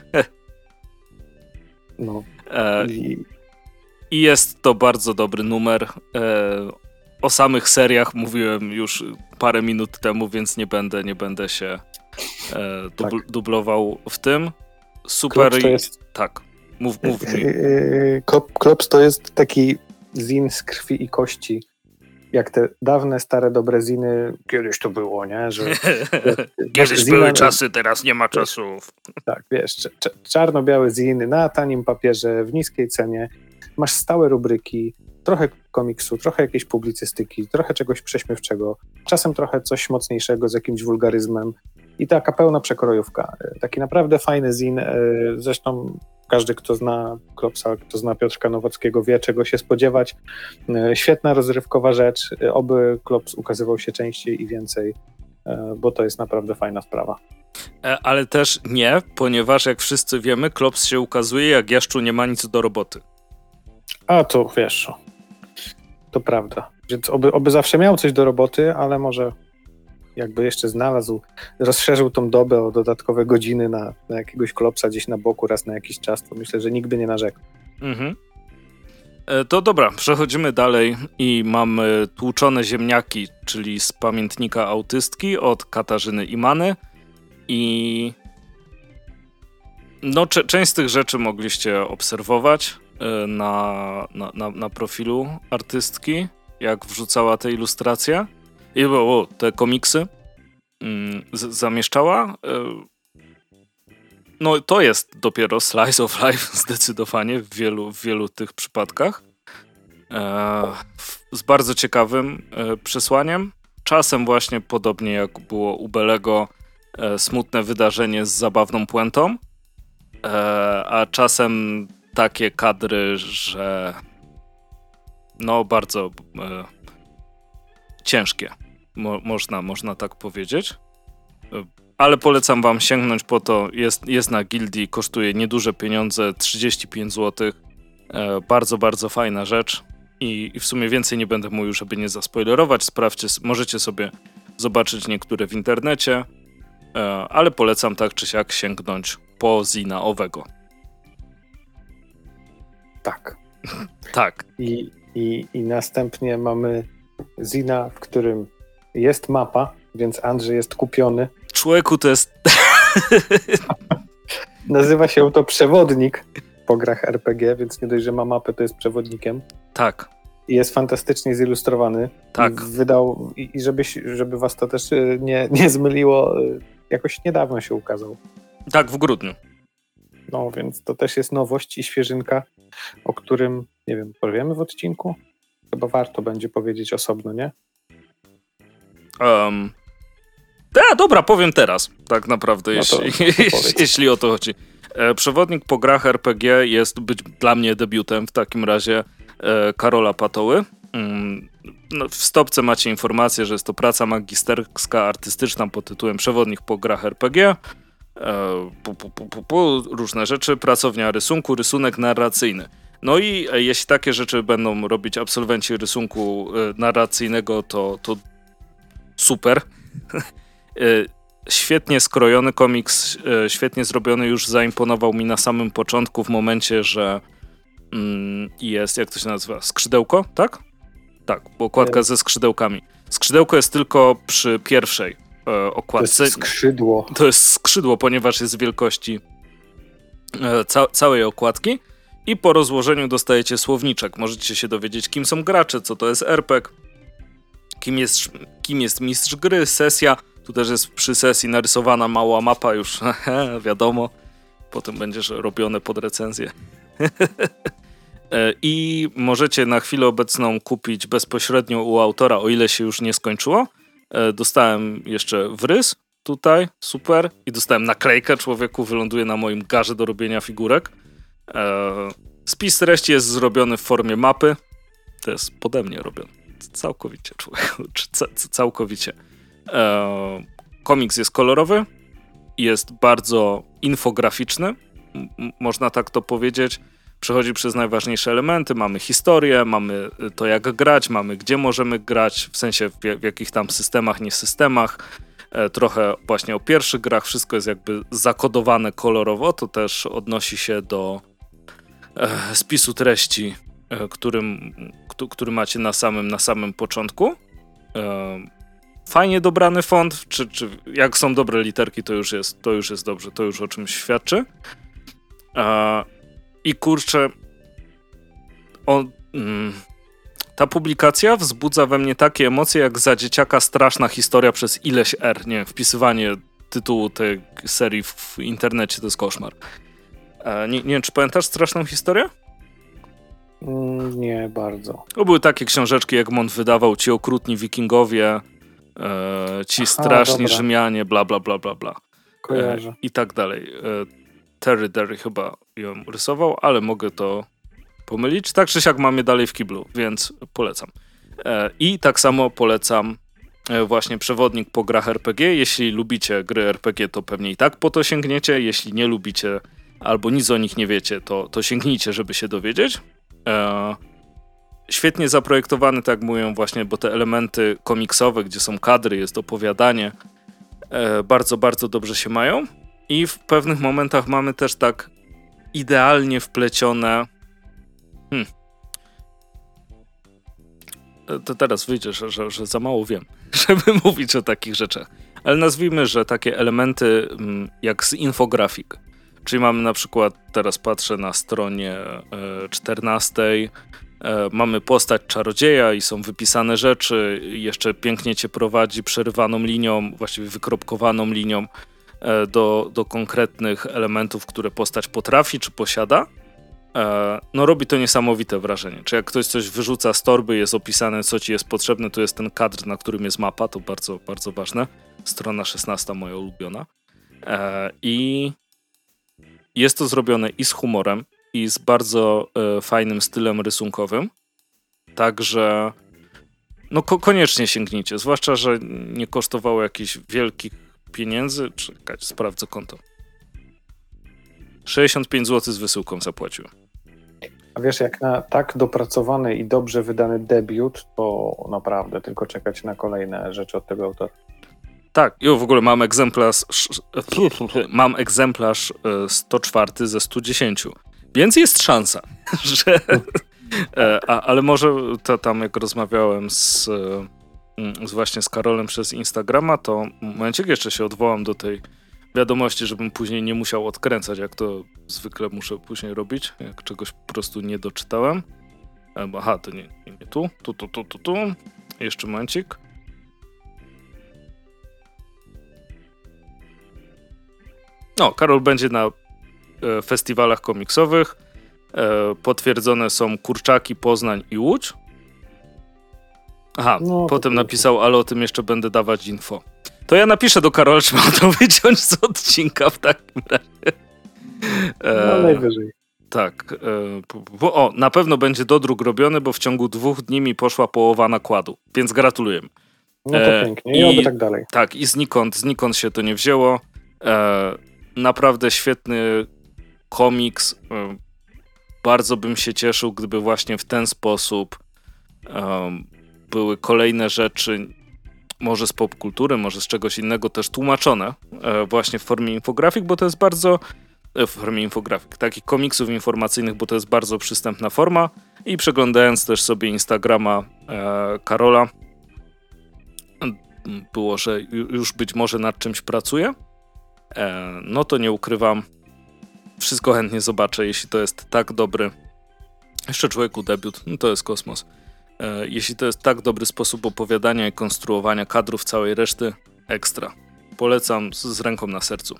No. E, I... I jest to bardzo dobry numer. E, o samych seriach mówiłem już parę minut temu, więc nie będę, nie będę się e, dubl, tak. dublował w tym. Super. Klops to jest... Tak. Mów, mów mi. Klops to jest taki zin z krwi i kości. Jak te dawne, stare, dobre ziny, kiedyś to było, nie? Że, kiedyś zina, były czasy, teraz nie ma czasów. Tak, wiesz, czarno-białe ziny na tanim papierze, w niskiej cenie. Masz stałe rubryki, trochę komiksu, trochę jakiejś publicystyki, trochę czegoś prześmiewczego, czasem trochę coś mocniejszego z jakimś wulgaryzmem i taka pełna przekrojówka. Taki naprawdę fajny zin, zresztą każdy, kto zna Klopsa, kto zna Piotrka Nowackiego, wie, czego się spodziewać. Świetna, rozrywkowa rzecz, oby Klops ukazywał się częściej i więcej, bo to jest naprawdę fajna sprawa. Ale też nie, ponieważ jak wszyscy wiemy, Klops się ukazuje, jak Jaszczu nie ma nic do roboty. A to wiesz, to prawda. Więc oby, oby zawsze miał coś do roboty, ale może jakby jeszcze znalazł, rozszerzył tą dobę o dodatkowe godziny na, na jakiegoś Klopsa gdzieś na boku raz na jakiś czas, to myślę, że nikt by nie narzekał. Mhm. E, to dobra, przechodzimy dalej i mamy Tłuczone ziemniaki, czyli z pamiętnika autystki od Katarzyny Imany i no cze- część z tych rzeczy mogliście obserwować e, na, na, na, na profilu artystki, jak wrzucała te ilustracje. I było te komiksy mm, z- zamieszczała. No to jest dopiero slice of life zdecydowanie w wielu, w wielu tych przypadkach. E, w, z bardzo ciekawym e, przesłaniem. Czasem właśnie podobnie jak było u Belego e, smutne wydarzenie z zabawną puentą. E, a czasem takie kadry, że no bardzo e, ciężkie. Mo- można, można tak powiedzieć. Ale polecam wam sięgnąć po to. Jest, jest na gildii, kosztuje nieduże pieniądze, trzydzieści pięć złotych. E, bardzo, bardzo fajna rzecz. I, I w sumie więcej nie będę mówił, żeby nie zaspoilerować. Sprawdźcie, możecie sobie zobaczyć niektóre w internecie. E, ale polecam tak czy siak sięgnąć po zina owego. Tak. Tak. I, i, I następnie mamy zina, w którym jest mapa, więc Andrzej jest kupiony. Człowieku, to jest... Nazywa się to Przewodnik po grach er pe gie, więc nie dość, że ma mapę, to jest przewodnikiem. Tak. I jest fantastycznie zilustrowany. Tak. Wydał, i żeby, żeby was to też nie, nie zmyliło, jakoś niedawno się ukazał. Tak, w grudniu. No, więc to też jest nowość i świeżynka, o którym, nie wiem, powiemy w odcinku? Chyba warto będzie powiedzieć osobno, nie? Um, a, dobra, powiem teraz, tak naprawdę, no to, jeśli, to jeśli o to chodzi. E, Przewodnik po grach er pe gie jest być dla mnie debiutem w takim razie e, Karola Patoły. Mm, no, w stopce macie informację, że jest to praca magisterska artystyczna pod tytułem Przewodnik po grach er pe gie. E, pu, pu, pu, pu, pu, różne rzeczy, pracownia rysunku, rysunek narracyjny. No i e, jeśli takie rzeczy będą robić absolwenci rysunku e, narracyjnego, to, to super. Świetnie skrojony komiks, świetnie zrobiony, już zaimponował mi na samym początku w momencie, że mm, jest, jak to się nazywa, skrzydełko, tak? Tak, bo okładka jest ze skrzydełkami. Skrzydełko jest tylko przy pierwszej e, okładce. To jest skrzydło. To jest skrzydło, ponieważ jest wielkości e, ca- całej okładki i po rozłożeniu dostajecie słowniczek. Możecie się dowiedzieć, kim są gracze, co to jest er pe gie, Kim jest, kim jest mistrz gry, sesja. Tu też jest przy sesji narysowana mała mapa, już wiadomo. Potem będziesz robione pod recenzję. I możecie na chwilę obecną kupić bezpośrednio u autora, o ile się już nie skończyło. Dostałem jeszcze wrys tutaj, super. I dostałem naklejkę, człowieku, wyląduje na moim garze do robienia figurek. Spis treści jest zrobiony w formie mapy. To jest pode mnie robione. Całkowicie, człowieku. Całkowicie. E, komiks jest kolorowy. Jest bardzo infograficzny. M- można tak to powiedzieć. Przechodzi przez najważniejsze elementy. Mamy historię, mamy to jak grać, mamy gdzie możemy grać, w sensie w, w jakich tam systemach, nie systemach. E, trochę właśnie o pierwszych grach. Wszystko jest jakby zakodowane kolorowo. To też odnosi się do e, spisu treści, e, którym, k- który macie na samym, na samym początku. E, fajnie dobrany font. Czy, czy jak są dobre literki, to już jest, to już jest dobrze. To już o czymś świadczy. E, I kurczę, on, mm, ta publikacja wzbudza we mnie takie emocje, jak za dzieciaka straszna historia przez ileś R. Nie wiem, wpisywanie tytułu tej serii w, w internecie to jest koszmar. E, nie, nie wiem, czy pamiętasz straszną historię? Mm, nie bardzo. To były takie książeczki, jak Mont wydawał, ci okrutni wikingowie, e, ci Aha, straszni dobra. Rzymianie, bla, bla, bla, bla, bla. Kojarzę. E, I tak dalej. E, Terry Derry chyba ją rysował, ale mogę to pomylić. Tak czy siak mam je dalej w kiblu, więc polecam. E, I tak samo polecam e, właśnie przewodnik po grach R P G. Jeśli lubicie gry R P G, to pewnie i tak po to sięgniecie. Jeśli nie lubicie albo nic o nich nie wiecie, to, to sięgnijcie, żeby się dowiedzieć. E, świetnie zaprojektowany, tak jak mówią właśnie, bo te elementy komiksowe, gdzie są kadry, jest opowiadanie, e, bardzo, bardzo dobrze się mają. I w pewnych momentach mamy też tak idealnie wplecione... Hmm. To teraz wyjdzie, że, że, że za mało wiem, żeby mówić o takich rzeczach. Ale nazwijmy, że takie elementy jak z infografik. Czyli mamy na przykład, teraz patrzę na stronie czternastej, mamy postać czarodzieja i są wypisane rzeczy. Jeszcze pięknie cię prowadzi przerywaną linią, właściwie wykropkowaną linią do, do konkretnych elementów, które postać potrafi czy posiada. No robi to niesamowite wrażenie. Czy jak ktoś coś wyrzuca z torby, jest opisane, co ci jest potrzebne, to jest ten kadr, na którym jest mapa, to bardzo, bardzo ważne. Strona szesnasta, moja ulubiona. I jest to zrobione i z humorem, i z bardzo fajnym stylem rysunkowym. Także no ko- koniecznie sięgnijcie, zwłaszcza, że nie kosztowało jakichś wielkich pieniędzy. Czekaj, sprawdzę konto. sześćdziesiąt pięć złotych z wysyłką zapłaciłem. A wiesz, jak na tak dopracowany i dobrze wydany debiut, to naprawdę tylko czekać na kolejne rzeczy od tego autora. Tak, i w ogóle mam egzemplarz mam egzemplarz sto cztery ze stu dziesięciu, więc jest szansa, że a, ale może to tam jak rozmawiałem z, z właśnie z Karolem przez Instagrama, to momencik jeszcze się odwołam do tej wiadomości, żebym później nie musiał odkręcać, jak to zwykle muszę później robić, jak czegoś po prostu nie doczytałem. Aha, to nie, nie, nie tu, tu, tu, tu, tu, tu. Jeszcze momencik. No, Karol będzie na e, festiwalach komiksowych. E, potwierdzone są Kurczaki, Poznań i Łódź. Aha, No, potem napisał, ale o tym jeszcze będę dawać info. To ja napiszę do Karola, czy mam to wyciąć z odcinka w takim razie. E, no najwyżej. Tak. E, bo, o, na pewno będzie dodruk robiony, bo w ciągu dwóch dni mi poszła połowa nakładu, więc gratulujemy. No to e, pięknie. I oby tak dalej. Tak, i znikąd, znikąd się to nie wzięło. E, naprawdę świetny komiks. E, bardzo bym się cieszył, gdyby właśnie w ten sposób e, były kolejne rzeczy, może z popkultury, może z czegoś innego też tłumaczone e, właśnie w formie infografik, bo to jest bardzo e, w formie infografik, takich komiksów informacyjnych, bo to jest bardzo przystępna forma i przeglądając też sobie Instagrama e, Karola, było, że już być może nad czymś pracuje, e, no to nie ukrywam, wszystko chętnie zobaczę, jeśli to jest tak dobry, jeszcze człowieku debiut, no to jest kosmos. E, jeśli to jest tak dobry sposób opowiadania i konstruowania kadrów całej reszty, ekstra. Polecam z, z ręką na sercu.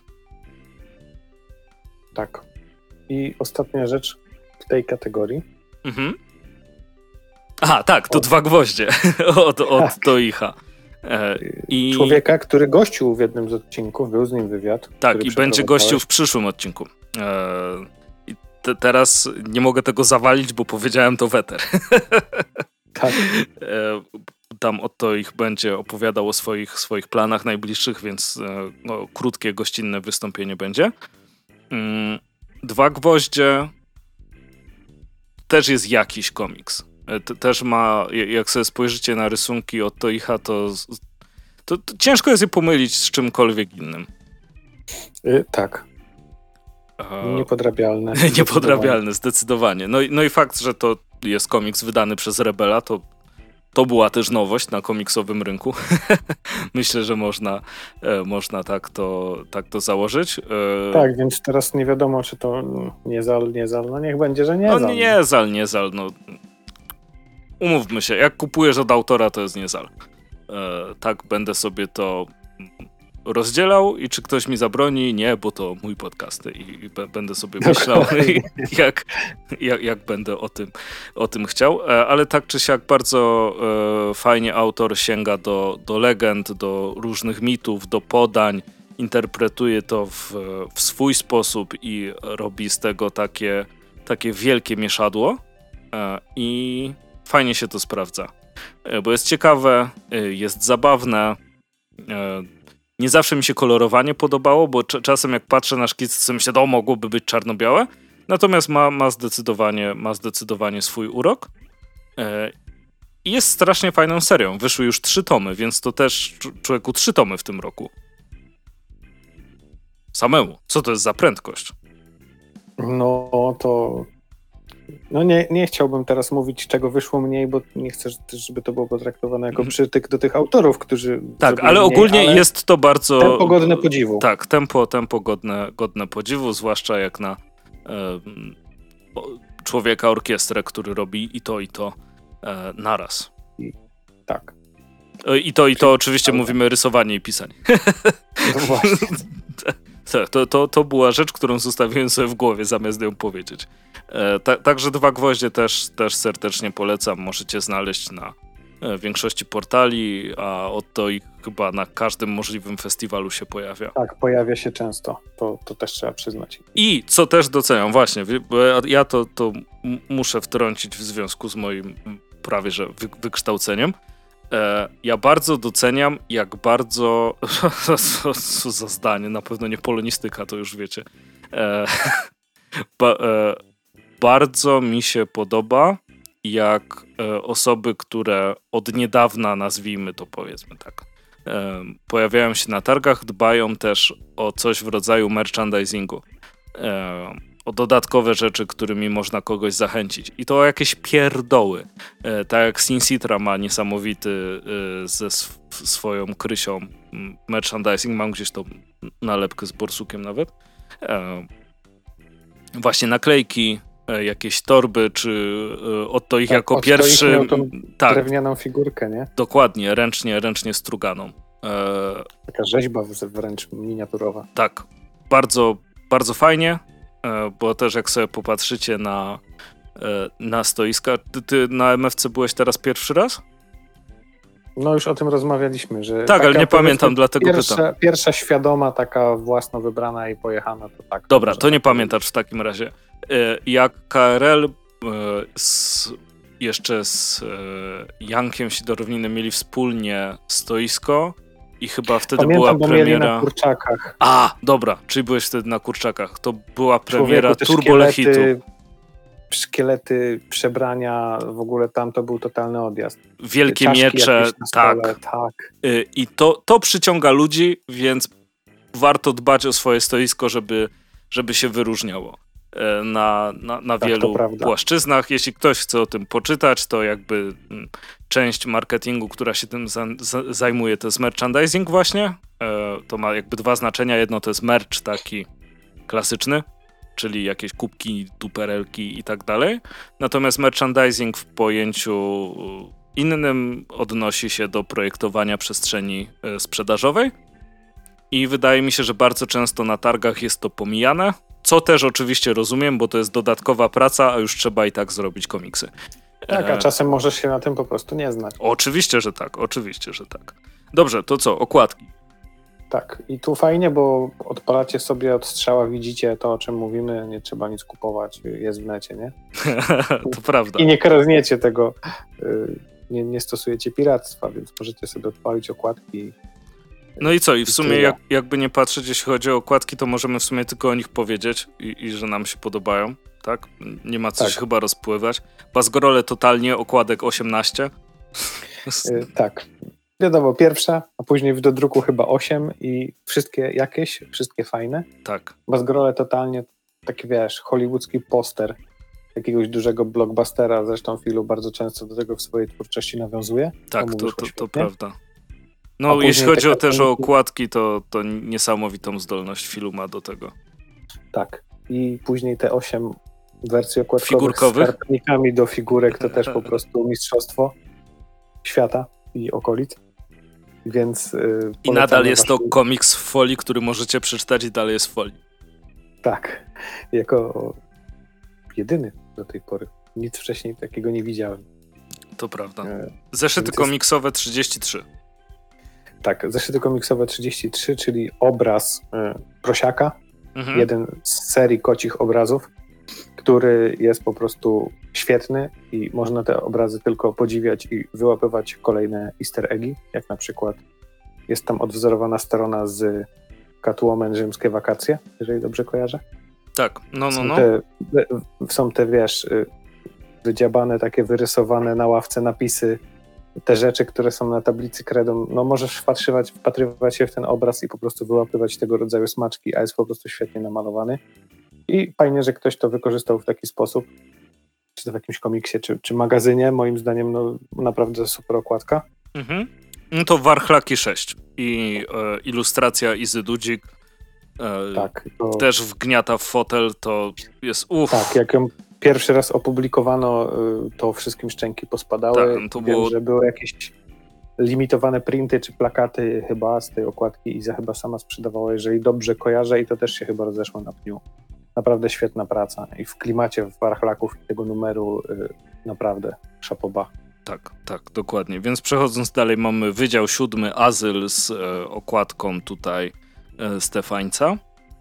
Tak. I ostatnia rzecz w tej kategorii. Mhm. Aha, tak, to o. dwa gwoździe od, od tak. Toicha. E, i... Człowieka, który gościł w jednym z odcinków, był z nim wywiad. Tak, i będzie gościł w przyszłym odcinku. E, i te, teraz nie mogę tego zawalić, bo powiedziałem to Weter. Tak. Tam Otto ich będzie opowiadał o swoich, swoich planach najbliższych, więc no, krótkie, gościnne wystąpienie będzie. Dwa gwoździe też jest jakiś komiks. Też ma, jak sobie spojrzycie na rysunki Otto Icha, to, to, to ciężko jest je pomylić z czymkolwiek innym. Yy, tak. Niepodrabialne. Niepodrabialne, zdecydowanie. No i, no i fakt, że to jest komiks wydany przez Rebela, to, to była też nowość na komiksowym rynku. Myślę, że można, e, można tak, to, tak to założyć. E, tak, więc teraz nie wiadomo, czy to niezal, niezal. No niech będzie, że niezal. No niezal, niezal. No. Umówmy się, jak kupujesz od autora, to jest niezal. E, tak będę sobie to rozdzielał i czy ktoś mi zabroni? Nie, bo to mój podcast i, i b- będę sobie myślał, jak, jak, jak będę o tym, o tym chciał. E, ale tak czy siak bardzo e, fajnie autor sięga do, do legend, do różnych mitów, do podań, interpretuje to w, w swój sposób i robi z tego takie, takie wielkie mieszadło e, i fajnie się to sprawdza. E, bo jest ciekawe, e, jest zabawne, e, nie zawsze mi się kolorowanie podobało, bo cz- czasem jak patrzę na szkic, to myślę, że mogłoby być czarno-białe. Natomiast ma, ma, zdecydowanie, ma zdecydowanie swój urok. E, I jest strasznie fajną serią. Wyszły już trzy tomy, więc to też cz- człowieku trzy tomy w tym roku. Samemu. Co to jest za prędkość? No to... No nie, nie chciałbym teraz mówić, czego wyszło mniej, bo nie chcę, żeby to było potraktowane jako przytyk do tych autorów, którzy... Tak, ale mniej, ogólnie ale jest to bardzo... Tempo godne podziwu. Tak, tempo, tempo godne, godne podziwu, zwłaszcza jak na e, człowieka orkiestrę, który robi i to, i to e, naraz. I, tak. E, I to, i to oczywiście ale... mówimy rysowanie i pisanie. No właśnie. Tak, to, to, to była rzecz, którą zostawiłem sobie w głowie, zamiast ją powiedzieć. E, ta, także Dwa Gwoździe też, też serdecznie polecam. Możecie znaleźć na e, większości portali, a Otto ich chyba na każdym możliwym festiwalu się pojawia. Tak, pojawia się często. To, to też trzeba przyznać. I co też doceniam, właśnie, bo ja to, to muszę wtrącić w związku z moim prawie że wy, wykształceniem. E, ja bardzo doceniam, jak bardzo... Co za zdanie, na pewno nie polonistyka, to już wiecie. E, ba, e, bardzo mi się podoba, jak e, osoby, które od niedawna, nazwijmy to powiedzmy tak, e, pojawiają się na targach, dbają też o coś w rodzaju merchandisingu. E, o dodatkowe rzeczy, którymi można kogoś zachęcić. I to o jakieś pierdoły. E, tak jak Sin Citra ma niesamowity e, ze sw- swoją krysią merchandising. Mam gdzieś tą nalepkę z borsukiem nawet. E, właśnie naklejki, e, jakieś torby, czy e, Otto ich tak, jako Otto pierwszy... Ich miał tą tak, drewnianą figurkę, nie? Dokładnie, ręcznie, ręcznie struganą. E, Taka rzeźba wręcz miniaturowa. Tak, bardzo, bardzo fajnie. Bo też jak sobie popatrzycie na, na stoiska... Ty, ty na M F C byłeś teraz pierwszy raz? No już o tym rozmawialiśmy, że... Tak, ale nie pamiętam, dlatego pierwsza, pytam. Pierwsza świadoma, taka własno wybrana i pojechana, to tak. Dobra, to nie pamiętasz w takim razie. Jak K R L z, jeszcze z Jankiem Sidorownym mieli wspólnie stoisko, i chyba wtedy Pamiętam, była bo premiera... mieli na Kurczakach. A, dobra, czyli byłeś wtedy na Kurczakach. To była premiera Człowieku, Turbolechitu. Szkielety, przebrania, w ogóle tam to był totalny odjazd. Wielkie miecze, tak. Stole, tak. I to, to przyciąga ludzi, więc warto dbać o swoje stoisko, żeby, żeby się wyróżniało na, na, na tak, wielu płaszczyznach. Jeśli ktoś chce o tym poczytać, to jakby część marketingu, która się tym za, za, zajmuje, to jest merchandising właśnie. To ma jakby dwa znaczenia. Jedno to jest merch taki klasyczny, czyli jakieś kubki, duperelki i tak dalej. Natomiast merchandising w pojęciu innym odnosi się do projektowania przestrzeni sprzedażowej i wydaje mi się, że bardzo często na targach jest to pomijane, co też oczywiście rozumiem, bo to jest dodatkowa praca, a już trzeba i tak zrobić komiksy. Tak, a czasem możesz się na tym po prostu nie znać. Oczywiście, że tak, oczywiście, że tak. Dobrze, to co, okładki? Tak, i tu fajnie, bo odpalacie sobie od strzała, widzicie to, o czym mówimy, nie trzeba nic kupować, jest w necie, nie? To prawda. I nie kradniecie tego, nie, nie stosujecie piractwa, więc możecie sobie odpalić okładki. No i co, i w sumie jak, jakby nie patrzeć, jeśli chodzi o okładki, to możemy w sumie tylko o nich powiedzieć i, i że nam się podobają, tak? Nie ma co tak. się chyba rozpływać. Bazgorole totalnie, okładek osiemnaście. Yy, tak. Wiadomo, pierwsza, a później w dodruku chyba osiem i wszystkie jakieś, wszystkie fajne. Tak. Bazgrole totalnie, taki wiesz, hollywoodzki poster jakiegoś dużego blockbustera, zresztą Philu bardzo często do tego w swojej twórczości nawiązuje. Tak, to, to, to prawda. A No jeśli chodzi o też o kartoniki... okładki, to, to niesamowitą zdolność Philu ma do tego. Tak. I później te osiem wersji okładkowych figurkowych? Z kartonikami do figurek to też po prostu mistrzostwo świata i okolic. Więc yy, I nadal jest to komiks w folii, który możecie przeczytać i dalej jest w folii. Tak. Jako jedyny do tej pory. Nic wcześniej takiego nie widziałem. To prawda. Zeszyty jest... komiksowe trzydzieści trzy. Tak, zeszyty komiksowe trzydzieści trzy, czyli obraz y, prosiaka. Mhm. Jeden z serii kocich obrazów, który jest po prostu świetny i można te obrazy tylko podziwiać i wyłapywać kolejne easter eggi, jak na przykład jest tam odwzorowana strona z Catwoman Rzymskie wakacje, jeżeli dobrze kojarzę. Tak, no, no, no. Są te, są te, wiesz, wydziabane, takie wyrysowane na ławce napisy, te rzeczy, które są na tablicy kredą. No możesz wpatrywać, wpatrywać się w ten obraz i po prostu wyłapywać tego rodzaju smaczki, a jest po prostu świetnie namalowany. I fajnie, że ktoś to wykorzystał w taki sposób, czy to w jakimś komiksie, czy, czy magazynie. Moim zdaniem no naprawdę super okładka. Mhm. No to Warchlaki sześć i e, ilustracja Izy Dudzik e, tak, to... też wgniata w fotel, to jest uff. Tak, jak ją pierwszy raz opublikowano, to wszystkim szczęki pospadały. Tak, no to Wiem, było... że były jakieś limitowane printy czy plakaty chyba z tej okładki. Iza chyba sama sprzedawała, jeżeli dobrze kojarzę, i to też się chyba rozeszło na pniu. Naprawdę świetna praca i w klimacie Warchlaków i tego numeru yy, naprawdę szapoba. Tak, tak, dokładnie. Więc przechodząc dalej, mamy Wydział Siódmy, Azyl z e, okładką tutaj e, Stefańca.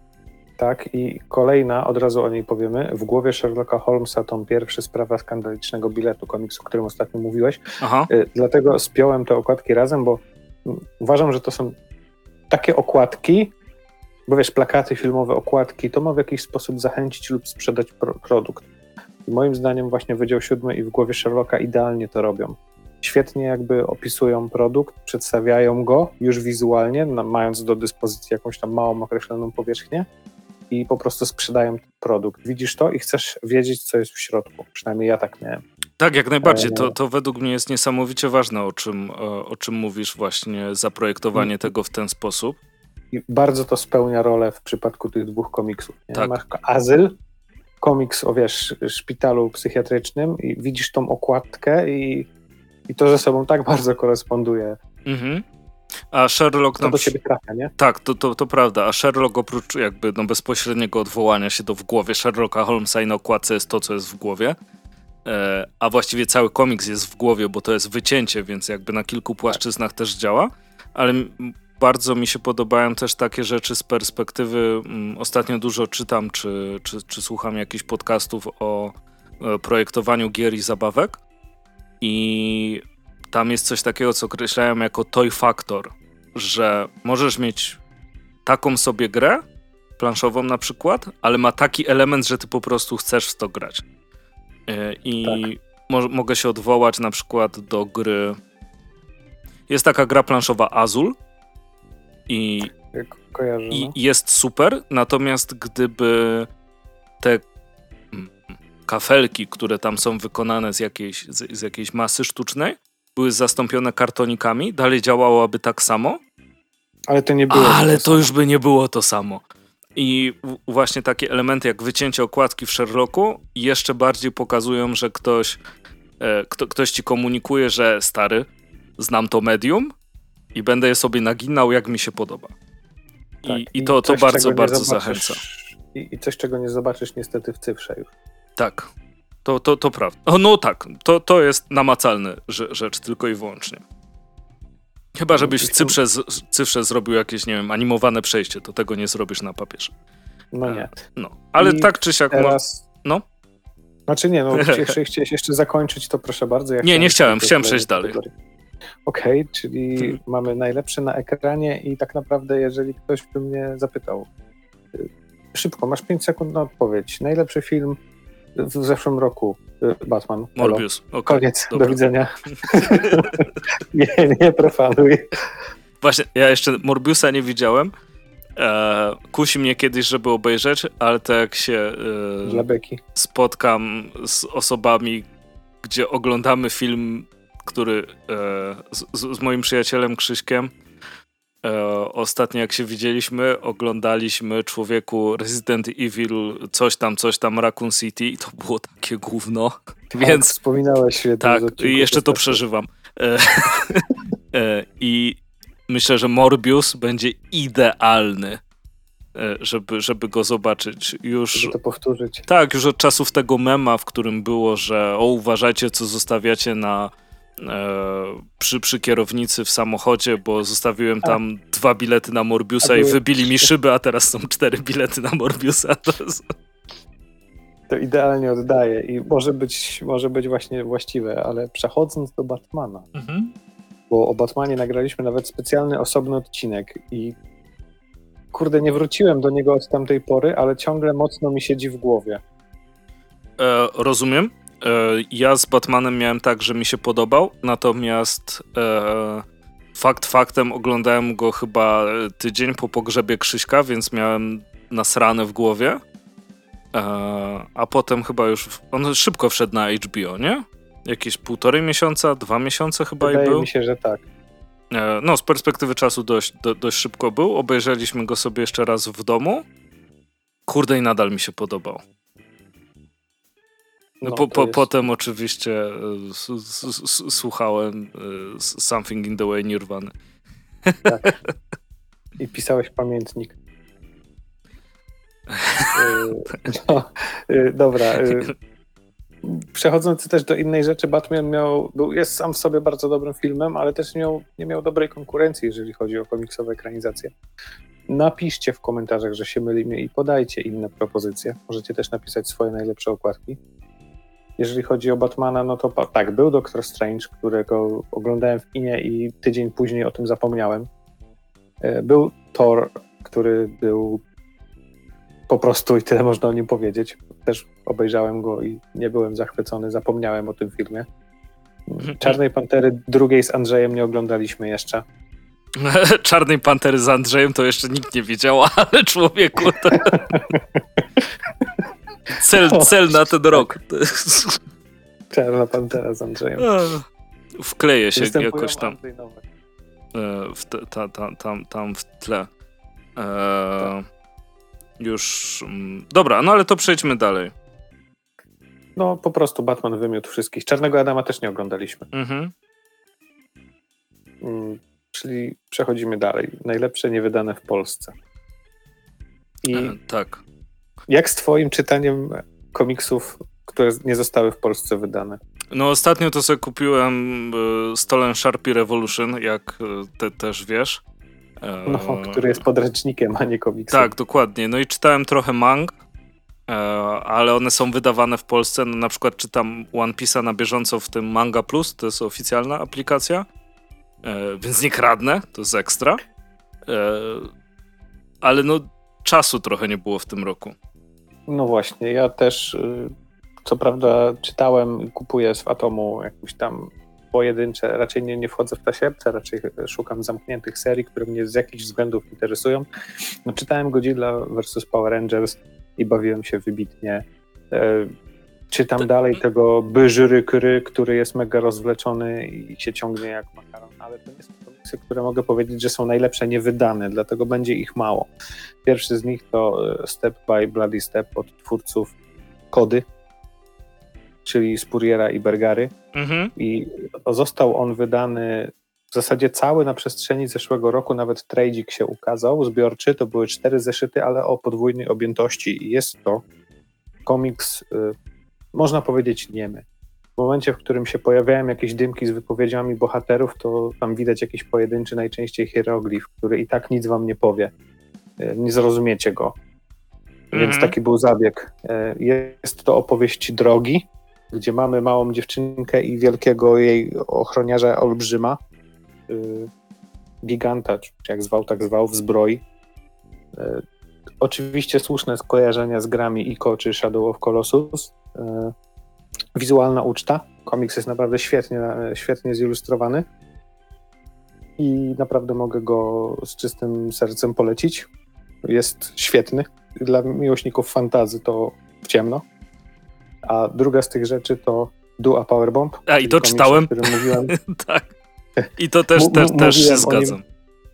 Tak, i kolejna, od razu o niej powiemy, w głowie Sherlocka Holmesa, tom pierwszy, Sprawa skandalicznego biletu, komiksu, o którym ostatnio mówiłeś. Aha. Y, dlatego spiąłem te okładki razem, bo y, uważam, że to są takie okładki, bo wiesz, plakaty filmowe, okładki, to ma w jakiś sposób zachęcić lub sprzedać pro- produkt. I moim zdaniem właśnie Wydział Siódmy i w głowie Sherlocka idealnie to robią. Świetnie jakby opisują produkt, przedstawiają go już wizualnie, na, mając do dyspozycji jakąś tam małą określoną powierzchnię i po prostu sprzedają produkt. Widzisz to i chcesz wiedzieć, co jest w środku. Przynajmniej ja tak miałem. Tak, jak najbardziej. To, to według mnie jest niesamowicie ważne, o czym, o, o czym mówisz właśnie, zaprojektowanie tego w ten sposób. I bardzo to spełnia rolę w przypadku tych dwóch komiksów. Nie? Tak. Masz Azyl, komiks o wiesz, szpitalu psychiatrycznym i widzisz tą okładkę i, i to ze sobą tak bardzo koresponduje. Mhm. A Sherlock... To do ciebie trafia, nie? Tak, to, to, to prawda. A Sherlock oprócz jakby no, bezpośredniego odwołania się do w głowie Sherlocka Holmesa i na okładce jest to, co jest w głowie. E, a właściwie cały komiks jest w głowie, bo to jest wycięcie, więc jakby na kilku płaszczyznach tak. też działa. Ale m, bardzo mi się podobają też takie rzeczy z perspektywy... M, ostatnio dużo czytam, czy, czy, czy słucham jakichś podcastów o e, projektowaniu gier i zabawek. I... Tam jest coś takiego, co określają jako toy factor, że możesz mieć taką sobie grę, planszową na przykład, ale ma taki element, że ty po prostu chcesz w to grać. I tak. mo- mogę się odwołać na przykład do gry... Jest taka gra planszowa Azul i, Kojarzę, i no. jest super, natomiast gdyby te kafelki, które tam są wykonane z jakiejś, z, z jakiejś masy sztucznej, były zastąpione kartonikami, dalej działałoby tak samo. Ale to nie było. Ale to, to już by nie było to samo. I w, właśnie takie elementy jak wycięcie okładki w Sherlocku jeszcze bardziej pokazują, że ktoś, e, kto, ktoś ci komunikuje, że stary, znam to medium i będę je sobie naginał, jak mi się podoba. I, tak, i to, to coś, bardzo, bardzo zachęca. I, I coś, czego nie zobaczysz niestety w cyfrze już. Tak. To, to, to prawda. O, no tak, to, to jest namacalna rzecz tylko i wyłącznie. Chyba, żebyś w cyfrze, z, cyfrze zrobił jakieś, nie wiem, animowane przejście, to tego nie zrobisz na papierze. No nie. No, ale I tak czy siak... teraz... No? Znaczy nie, no jeśli chciałeś jeszcze zakończyć, to proszę bardzo. Ja nie, nie chciałem, chciałem przejść dalej. Okej, okay, czyli hmm. mamy najlepsze na ekranie i tak naprawdę, jeżeli ktoś by mnie zapytał, szybko, masz pięć sekund na odpowiedź. Najlepszy film w zeszłym roku, Batman. Morbius. Okay, koniec, dobra. Do widzenia. nie, nie profanuj. Właśnie, ja jeszcze Morbiusa nie widziałem. E, kusi mnie kiedyś, żeby obejrzeć, ale tak jak się e, spotkam z osobami, gdzie oglądamy film, który e, z, z moim przyjacielem Krzyśkiem e, ostatnio jak się widzieliśmy, oglądaliśmy człowieku Resident Evil coś tam, coś tam Raccoon City i to było takie gówno. Tak, więc wspominałeś się. Tak, i jeszcze to przeżywam. E, e, I myślę, że Morbius będzie idealny, żeby, żeby go zobaczyć. Już, żeby to powtórzyć. Tak, już od czasów tego mema, w którym było, że o, uważajcie, co zostawiacie na e, przy, przy kierownicy w samochodzie, bo zostawiłem a. tam dwa bilety na Morbiusa i wybili mi szyby, a teraz są cztery bilety na Morbiusa. To, jest... to idealnie oddaje i może być, może być właśnie właściwe, ale przechodząc do Batmana, mhm. bo o Batmanie nagraliśmy nawet specjalny, osobny odcinek i kurde, nie wróciłem do niego od tamtej pory, ale ciągle mocno mi siedzi w głowie. E, rozumiem. E, ja z Batmanem miałem tak, że mi się podobał, natomiast e, fakt faktem oglądałem go chyba tydzień po pogrzebie Krzyśka, więc miałem nasrane w głowie. E, a potem chyba już... On szybko wszedł na H B O, nie? Jakieś półtorej miesiąca, dwa miesiące chyba Wydaje i był. mi się, że tak. No, z perspektywy czasu dość, do, dość szybko był. Obejrzeliśmy go sobie jeszcze raz w domu. Kurde, i nadal mi się podobał. No, po, po, jest... Potem oczywiście s, s, s, słuchałem Something in the Way Nirvany. Tak. I pisałeś pamiętnik. no, dobra. Przechodząc też do innej rzeczy, Batman miał, był, jest sam w sobie bardzo dobrym filmem, ale też nie miał, nie miał dobrej konkurencji, jeżeli chodzi o komiksowe ekranizacje. Napiszcie w komentarzach, że się mylimy i podajcie inne propozycje. Możecie też napisać swoje najlepsze okładki. Jeżeli chodzi o Batmana, no to tak, był Doctor Strange, którego oglądałem w kinie i tydzień później o tym zapomniałem. Był Thor, który był po prostu i tyle można o nim powiedzieć. Też obejrzałem go i nie byłem zachwycony, zapomniałem o tym filmie. Czarnej Pantery drugiej z Andrzejem nie oglądaliśmy jeszcze. Czarnej Pantery z Andrzejem to jeszcze nikt nie widział, ale człowieku to... cel, cel na ten rok. Czarna Pantera z Andrzejem. Wkleję się jakoś tam. W te, ta, ta, tam, tam w tle. E, tak. Już... Dobra, no ale to przejdźmy dalej. No po prostu Batman wymiótł wszystkich. Czarnego Adama też nie oglądaliśmy. Mhm. Mm, czyli przechodzimy dalej. Najlepsze niewydane w Polsce. I e, tak. Jak z twoim czytaniem komiksów, które nie zostały w Polsce wydane? No ostatnio to sobie kupiłem y, Stolen Sharpie Revolution, jak y, te też wiesz. No, który jest podręcznikiem, a nie komiksem. Tak, dokładnie. No i czytałem trochę mang, e, ale one są wydawane w Polsce. No, na przykład czytam One Piece'a na bieżąco w tym Manga Plus, to jest oficjalna aplikacja, e, więc nie kradnę, to jest ekstra. E, ale no czasu trochę nie było w tym roku. No właśnie, ja też co prawda czytałem i kupuję z Atomu jakieś tam pojedyncze, raczej nie, nie wchodzę w tasiemce, raczej szukam zamkniętych serii, które mnie z jakichś względów interesują. No, czytałem Godzilla versus Power Rangers i bawiłem się wybitnie. E, czytam to... dalej tego Byżyry-Kyry, który jest mega rozwleczony i się ciągnie jak makaron, ale to nie są komiksy, które mogę powiedzieć, że są najlepsze niewydane, dlatego będzie ich mało. Pierwszy z nich to Step by Bloody Step od twórców Kody, czyli Spurriera i Bergary. Mhm. I został on wydany w zasadzie cały na przestrzeni zeszłego roku, nawet trade'ik się ukazał, zbiorczy, to były cztery zeszyty, ale o podwójnej objętości i jest to komiks, y, można powiedzieć, niemy. w momencie, w którym się pojawiają jakieś dymki z wypowiedziami bohaterów, to tam widać jakiś pojedynczy, najczęściej hieroglif, który i tak nic wam nie powie. Nie zrozumiecie go. Więc taki był zabieg. Jest to opowieść Drogi, gdzie mamy małą dziewczynkę i wielkiego jej ochroniarza olbrzyma, giganta, czy jak zwał, tak zwał, w zbroi. Oczywiście słuszne skojarzenia z grami Ico czy Shadow of Colossus. Wizualna uczta. Komiks jest naprawdę świetnie, świetnie zilustrowany i naprawdę mogę go z czystym sercem polecić. Jest świetny. Dla miłośników fantasy to w ciemno. A druga z tych rzeczy to Dua Powerbomb. A i to komiks, czytałem. O którym mówiłem. Tak. I to też, też, też się zgadzam.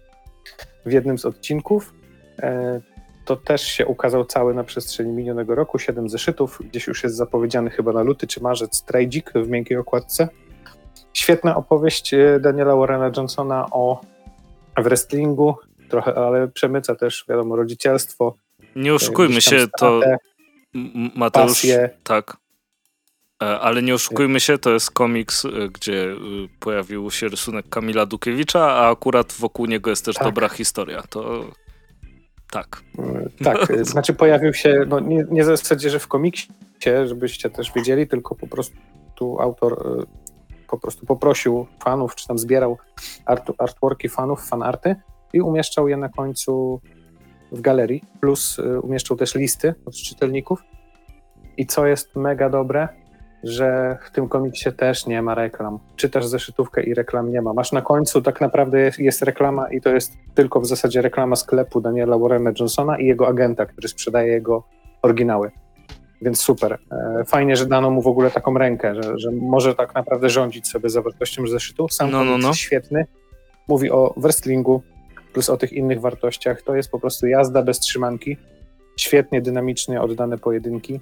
W jednym z odcinków. E, to też się ukazał cały na przestrzeni minionego roku. Siedem zeszytów. Gdzieś już jest zapowiedziany chyba na luty czy marzec Trajdzik w miękkiej okładce. Świetna opowieść Daniela Warrena Johnsona o wrestlingu. Trochę, ale przemyca też, wiadomo, rodzicielstwo. Nie oszukujmy się, to Mateusz, pasję. Tak. Ale nie oszukujmy się, to jest komiks, gdzie pojawił się rysunek Kamila Dukiewicza, a akurat wokół niego jest też tak. dobra historia. To tak. Tak, znaczy pojawił się, no nie, nie w zasadzie, że w komiksie, żebyście też wiedzieli, tylko po prostu autor po prostu poprosił fanów, czy tam zbierał art, artworki fanów, fanarty i umieszczał je na końcu w galerii, plus umieszczał też listy od czytelników. I co jest mega dobre, że w tym komiksie też nie ma reklam. Czytasz zeszytówkę i reklam nie ma. Masz na końcu tak naprawdę jest, jest reklama i to jest tylko w zasadzie reklama sklepu Daniela Warrena Johnsona i jego agenta, który sprzedaje jego oryginały. Więc super. Fajnie, że dano mu w ogóle taką rękę, że, że może tak naprawdę rządzić sobie zawartością zeszytu. Sam no, no, no. jest świetny. Mówi o wrestlingu plus o tych innych wartościach. To jest po prostu jazda bez trzymanki. Świetnie, dynamicznie oddane pojedynki.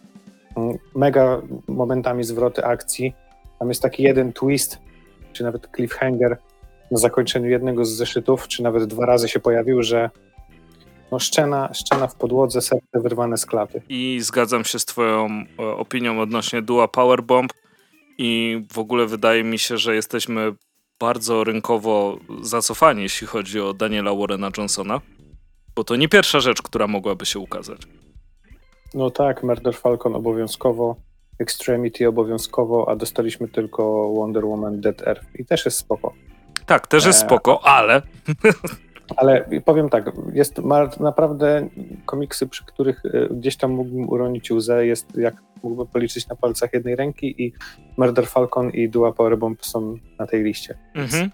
Mega momentami zwroty akcji. Tam jest taki jeden twist, czy nawet cliffhanger na zakończeniu jednego z zeszytów, czy nawet dwa razy się pojawił, że no szczena, szczena w podłodze, serce wyrwane z klaty. I zgadzam się z twoją opinią odnośnie Dua Powerbomb i w ogóle wydaje mi się, że jesteśmy bardzo rynkowo zacofani, jeśli chodzi o Daniela Warrena Johnsona, bo to nie pierwsza rzecz, która mogłaby się ukazać. No tak, Murder Falcon obowiązkowo, Extremity obowiązkowo, a dostaliśmy tylko Wonder Woman Dead Earth i też jest spoko. Tak, też jest spoko, ale... Ale powiem tak, jest naprawdę komiksy, przy których gdzieś tam mógłbym uronić łzę, jest jak mógłbym policzyć na palcach jednej ręki i Murder Falcon i Dua Powerbomb są na tej liście. Mhm.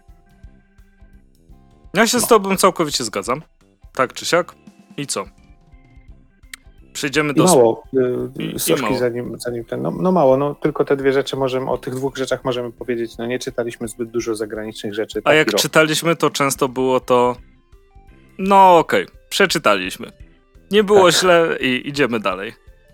Ja się no. z tobą całkowicie zgadzam. Tak czy siak. I co? Przejdziemy do... I mało. I, Soczki, i mało. Zanim, zanim ten... No, no mało, no tylko te dwie rzeczy możemy, o tych dwóch rzeczach możemy powiedzieć. No nie czytaliśmy zbyt dużo zagranicznych rzeczy. A jak rok. czytaliśmy, to często było to... No okej, okay. przeczytaliśmy. Nie było tak. źle i idziemy dalej.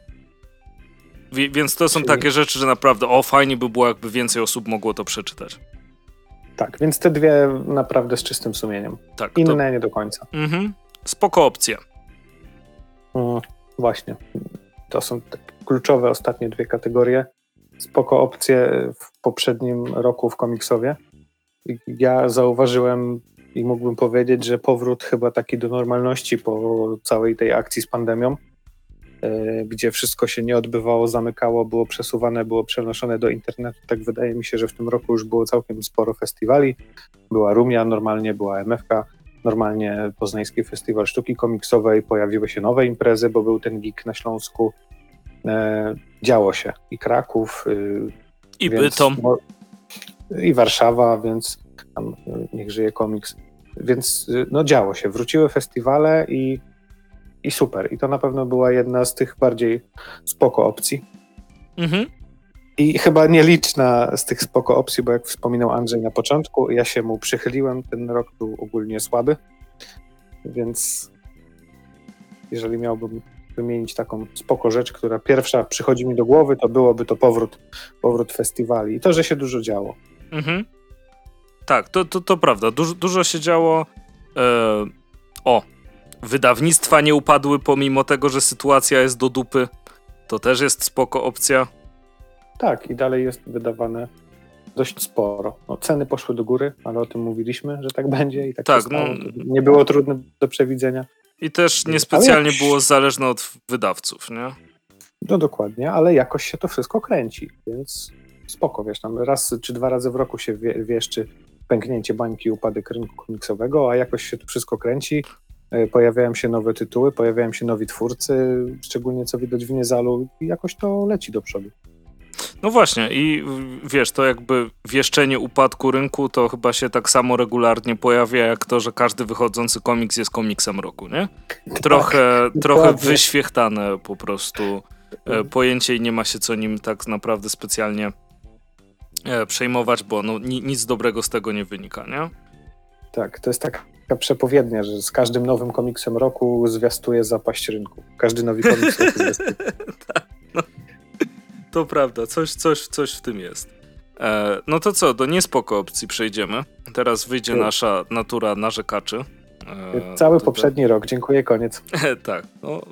Więc to są Czyli... takie rzeczy, że naprawdę o, fajnie by było, jakby więcej osób mogło to przeczytać. Tak, więc te dwie naprawdę z czystym sumieniem. Tak, Inne to... nie do końca. Mhm. Spoko opcje. Mm. Właśnie. To są te kluczowe ostatnie dwie kategorie. Spoko opcje w poprzednim roku w komiksowie. Ja zauważyłem i mógłbym powiedzieć, że powrót chyba taki do normalności po całej tej akcji z pandemią, yy, gdzie wszystko się nie odbywało, zamykało, było przesuwane, było przenoszone do internetu. Tak wydaje mi się, że w tym roku już było całkiem sporo festiwali. Była Rumia, normalnie była M F K. Normalnie Poznański Festiwal Sztuki Komiksowej, pojawiły się nowe imprezy, bo był ten geek na Śląsku. E, działo się. I Kraków. Y, I Bytom. Bo, I Warszawa, więc tam niech żyje komiks. Więc no działo się. Wróciły festiwale i, i super. I to na pewno była jedna z tych bardziej spoko opcji. Mhm. I chyba nieliczna z tych spoko opcji, bo jak wspominał Andrzej na początku, ja się mu przychyliłem, ten rok był ogólnie słaby, więc jeżeli miałbym wymienić taką spoko rzecz, która pierwsza przychodzi mi do głowy, to byłoby to powrót, powrót festiwali i to, że się dużo działo. Mhm. Tak, to, to, to prawda, dużo, dużo się działo. E, o, wydawnictwa nie upadły pomimo tego, że sytuacja jest do dupy, to też jest spoko opcja. Tak, i dalej jest wydawane dość sporo. No, ceny poszły do góry, ale o tym mówiliśmy, że tak będzie i tak, tak się stało. no, Nie było trudne do przewidzenia. I też niespecjalnie jakoś... było zależne od wydawców, nie? No dokładnie, ale jakoś się to wszystko kręci, więc spoko, wiesz, tam raz czy dwa razy w roku się wie, wieszczy pęknięcie bańki, upadek rynku komiksowego, a jakoś się to wszystko kręci. Pojawiają się nowe tytuły, pojawiają się nowi twórcy, szczególnie co widać w Niezalu i jakoś to leci do przodu. No właśnie i wiesz, to jakby wieszczenie upadku rynku to chyba się tak samo regularnie pojawia jak to, że każdy wychodzący komiks jest komiksem roku, nie? Trochę, tak, trochę wyświechtane po prostu e, pojęcie i nie ma się co nim tak naprawdę specjalnie e, przejmować, bo no, ni, nic dobrego z tego nie wynika, nie? Tak, to jest taka przepowiednia, że z każdym nowym komiksem roku zwiastuje zapaść rynku. Każdy nowy komiks roku zwiastuje. Tak, no. To prawda, coś, coś, coś w tym jest. E, no to co, do niespoko opcji przejdziemy. Teraz wyjdzie nasza natura narzekaczy. E, Cały to, poprzedni to... rok, dziękuję, koniec. E, tak, no.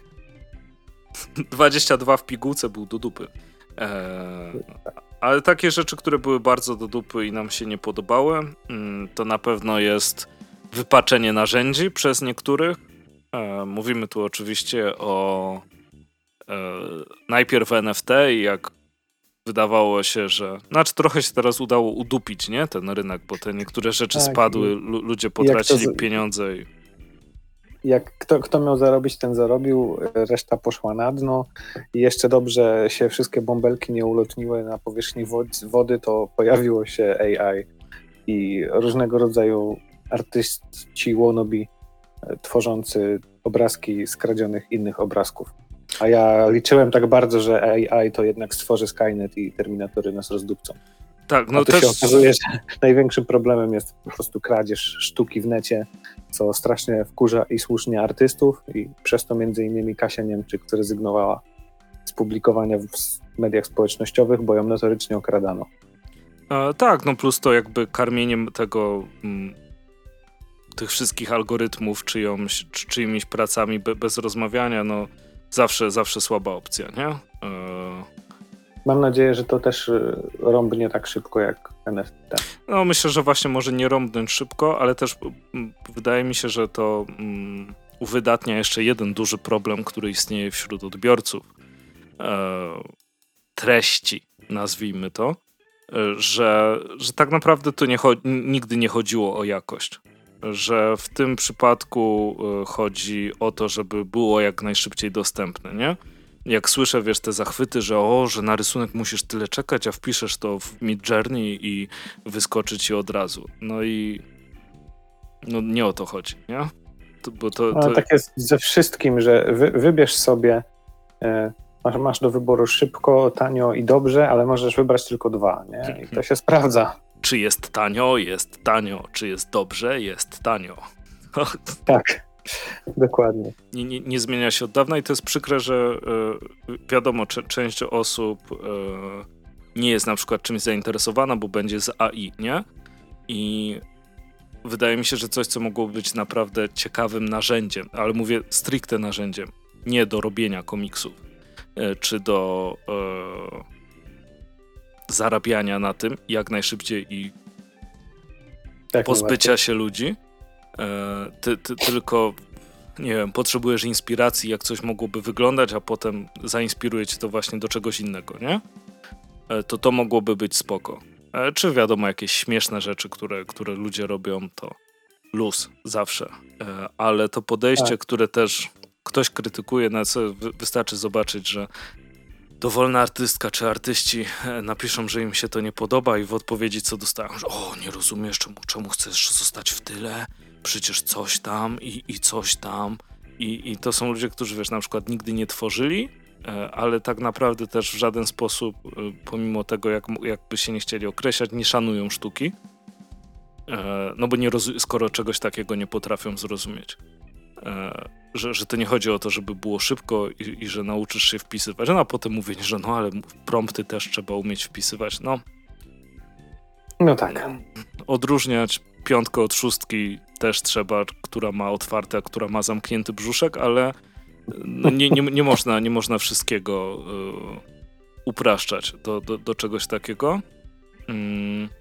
dwadzieścia dwa w pigułce był do dupy. E, ale takie rzeczy, które były bardzo do dupy i nam się nie podobały, to na pewno jest wypaczenie narzędzi przez niektórych. E, mówimy tu oczywiście o najpierw N F T i jak wydawało się, że... Znaczy trochę się teraz udało udupić, nie? Ten rynek, bo te niektóre rzeczy tak, spadły, l- ludzie potracili z... pieniądze. I... Jak kto, kto miał zarobić, ten zarobił, reszta poszła na dno i jeszcze dobrze się wszystkie bąbelki nie ulotniły na powierzchni wody, to pojawiło się A I i różnego rodzaju artyści wannabe tworzący obrazki skradzionych innych obrazków. A ja liczyłem tak bardzo, że A I to jednak stworzy Skynet i Terminatory nas rozdupcą. Tak, no A tu też... się okazuje, że największym problemem jest po prostu kradzież sztuki w necie, co strasznie wkurza i słusznie artystów i przez to między innymi Kasia Niemczyk zrezygnowała z publikowania w mediach społecznościowych, bo ją notorycznie okradano. E, tak, no plus to jakby karmieniem tego... Mm... tych wszystkich algorytmów czyjąś, czy, czyimiś pracami be, bez rozmawiania, no zawsze, zawsze słaba opcja, nie? Yy... Mam nadzieję, że to też rąbnie tak szybko jak N F T. No myślę, że właśnie może nie rąbnąć szybko, ale też m, wydaje mi się, że to m, uwydatnia jeszcze jeden duży problem, który istnieje wśród odbiorców yy, treści, nazwijmy to, yy, że, że tak naprawdę to nie cho- nigdy nie chodziło o jakość. Że w tym przypadku chodzi o to, żeby było jak najszybciej dostępne, nie? Jak słyszę, wiesz, te zachwyty, że o, że na rysunek musisz tyle czekać, a wpiszesz to w Midjourney i wyskoczy ci od razu. No i no nie o to chodzi, nie? To, bo to, to... No, tak jest ze wszystkim, że wy, wybierz sobie, e, masz, masz do wyboru szybko, tanio i dobrze, ale możesz wybrać tylko dwa, nie? I to się sprawdza. Czy jest tanio? Jest tanio. Czy jest dobrze? Jest tanio. Tak, dokładnie. Nie, nie, nie zmienia się od dawna i to jest przykre, że y, wiadomo, cze- część osób y, nie jest na przykład czymś zainteresowana, bo będzie z A I, nie? I wydaje mi się, że coś, co mogło być naprawdę ciekawym narzędziem, ale mówię stricte narzędziem, nie do robienia komiksów, y, czy do... Y, zarabiania na tym jak najszybciej i tak pozbycia się ludzi. E, ty, ty tylko, nie wiem, potrzebujesz inspiracji, jak coś mogłoby wyglądać, a potem zainspiruje cię to właśnie do czegoś innego, nie? E, to to mogłoby być spoko. E, czy wiadomo, jakieś śmieszne rzeczy, które, które ludzie robią, to luz zawsze. E, ale to podejście, tak. które też ktoś krytykuje, na co wy, wystarczy zobaczyć, że dowolna artystka czy artyści napiszą, że im się to nie podoba i w odpowiedzi co dostają, że o, nie rozumiesz, czemu, czemu chcesz zostać w tyle, przecież coś tam i, i coś tam. I, I to są ludzie, którzy wiesz, na przykład nigdy nie tworzyli, ale tak naprawdę też w żaden sposób, pomimo tego, jak, jakby się nie chcieli określać, nie szanują sztuki, no bo nie rozu- skoro czegoś takiego nie potrafią zrozumieć. Że, że to nie chodzi o to, żeby było szybko i, i że nauczysz się wpisywać, no a potem mówić, że no ale prompty też trzeba umieć wpisywać, no. No tak. Odróżniać piątkę od szóstki też trzeba, która ma otwarte, a która ma zamknięty brzuszek, ale no nie, nie, nie, można, nie można wszystkiego y, upraszczać do, do, do czegoś takiego. Hmm.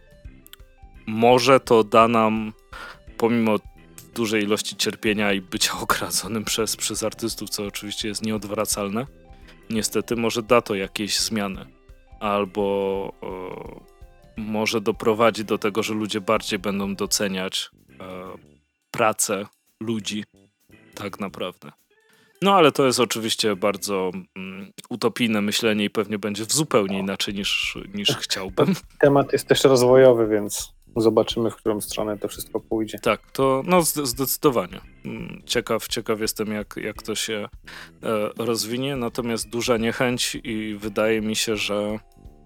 Może to da nam, pomimo dużej ilości cierpienia i bycia okradzonym przez, przez artystów, co oczywiście jest nieodwracalne, niestety może da to jakieś zmiany. Albo o, może doprowadzi do tego, że ludzie bardziej będą doceniać e, pracę ludzi tak naprawdę. No ale to jest oczywiście bardzo mm, utopijne myślenie i pewnie będzie w zupełnie inaczej niż, niż chciałbym. Temat jest też rozwojowy, więc zobaczymy, w którą stronę to wszystko pójdzie. Tak, to no zdecydowanie. Ciekaw, ciekaw jestem, jak, jak to się e, rozwinie, natomiast duża niechęć i wydaje mi się, że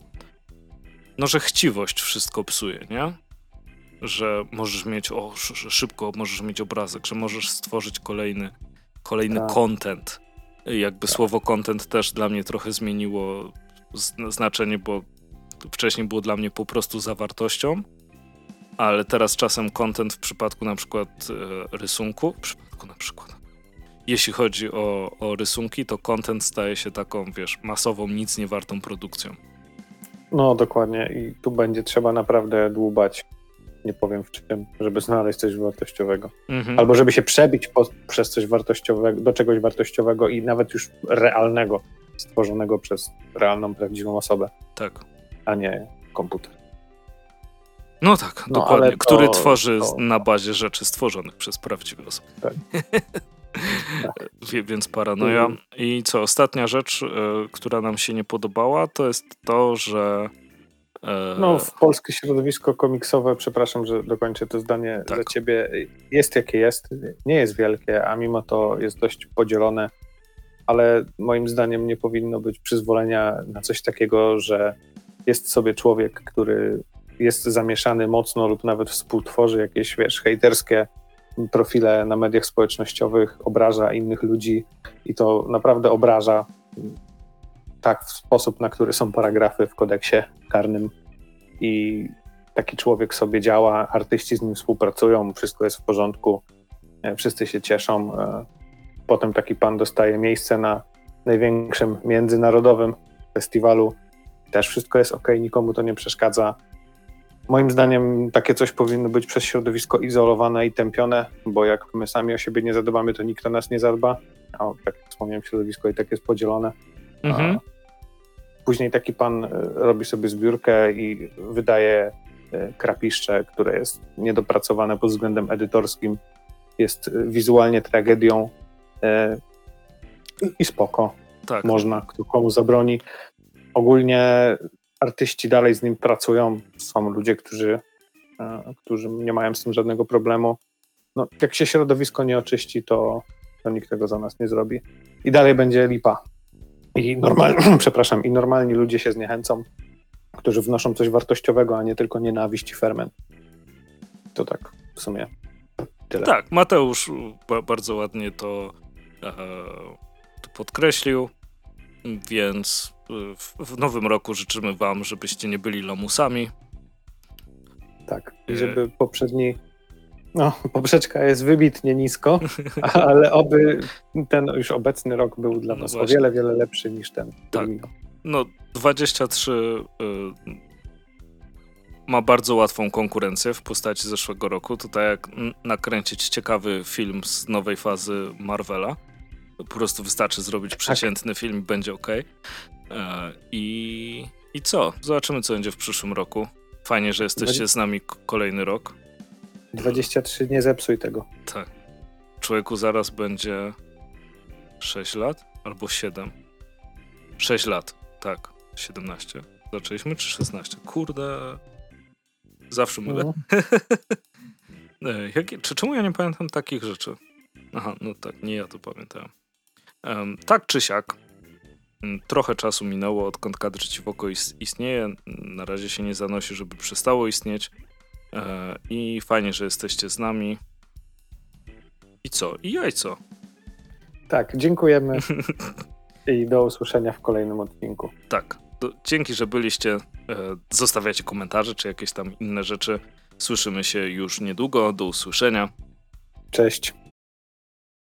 no, że chciwość wszystko psuje, nie? Że możesz mieć, o, że szybko możesz mieć obrazek, że możesz stworzyć kolejny kolejny tak. content. Jakby tak. słowo content też dla mnie trochę zmieniło znaczenie, bo wcześniej było dla mnie po prostu zawartością, ale teraz czasem content w przypadku na przykład e, rysunku, w przypadku na przykład, jeśli chodzi o, o rysunki, to content staje się taką, wiesz, masową, nic nie wartą produkcją. No dokładnie i tu będzie trzeba naprawdę dłubać, nie powiem w czym, żeby znaleźć coś wartościowego. Mhm. Albo żeby się przebić po, przez coś wartościowego, do czegoś wartościowego i nawet już realnego, stworzonego przez realną, prawdziwą osobę. Tak. A nie komputer. No tak, no, dokładnie. To, który tworzy to... na bazie rzeczy stworzonych przez prawdziwe osoby. Tak. tak. Więc paranoja. Mhm. I co, ostatnia rzecz, y, która nam się nie podobała, to jest to, że No, w polskie środowisko komiksowe, przepraszam, że dokończę to zdanie tak. za ciebie, jest jakie jest, nie jest wielkie, a mimo to jest dość podzielone, ale moim zdaniem nie powinno być przyzwolenia na coś takiego, że jest sobie człowiek, który jest zamieszany mocno lub nawet współtworzy jakieś, wiesz, hejterskie profile na mediach społecznościowych, obraża innych ludzi i to naprawdę obraża tak w sposób, na który są paragrafy w kodeksie karnym i taki człowiek sobie działa, artyści z nim współpracują, wszystko jest w porządku, wszyscy się cieszą. Potem taki pan dostaje miejsce na największym międzynarodowym festiwalu, też wszystko jest okej, nikomu to nie przeszkadza. Moim zdaniem takie coś powinno być przez środowisko izolowane i tępione, bo jak my sami o siebie nie zadbamy, to nikt o nas nie zadba, a tak jak wspomniałem, środowisko i tak jest podzielone. Mhm. Później taki pan robi sobie zbiórkę i wydaje krapiszcze, które jest niedopracowane pod względem edytorskim, jest wizualnie tragedią i spoko. Tak. Można, kto komu zabroni. Ogólnie artyści dalej z nim pracują. Są ludzie, którzy, którzy nie mają z tym żadnego problemu. No, jak się środowisko nie oczyści, to, to nikt tego za nas nie zrobi. I dalej będzie lipa. I normalni, przepraszam, i normalni ludzie się zniechęcą, którzy wnoszą coś wartościowego, a nie tylko nienawiść i ferment. To tak w sumie tyle. Tak, Mateusz ba- bardzo ładnie to, e, to podkreślił, więc w, w nowym roku życzymy wam, żebyście nie byli lamusami. Tak, i żeby poprzedni No, poprzeczka jest wybitnie nisko, ale oby ten już obecny rok był dla nas no o wiele, wiele lepszy niż ten. Tak. No, dwadzieścia trzy y, ma bardzo łatwą konkurencję w postaci zeszłego roku. Tutaj jak nakręcić ciekawy film z nowej fazy Marvela. Po prostu wystarczy zrobić przeciętny tak. film i będzie okej. Okay. I, I co? Zobaczymy, co będzie w przyszłym roku. Fajnie, że jesteście z nami kolejny rok. dwadzieścia trzy, nie zepsuj tego. Tak. Człowieku zaraz będzie sześć lat albo siedem. sześć lat, tak. siedemnaście. Zaczęliśmy czy szesnaście? Kurde. Zawsze mylę. No. Jakie, czy, czemu ja nie pamiętam takich rzeczy? Aha, no tak, nie ja to pamiętałem. Um, tak czy siak, trochę czasu minęło, odkąd Kadr Ci w oko istnieje. Na razie się nie zanosi, żeby przestało istnieć. I fajnie, że jesteście z nami. I co? I jajco. Tak, dziękujemy. I do usłyszenia w kolejnym odcinku. Tak. Do, dzięki, że byliście. Zostawiacie komentarze, czy jakieś tam inne rzeczy. Słyszymy się już niedługo. Do usłyszenia. Cześć.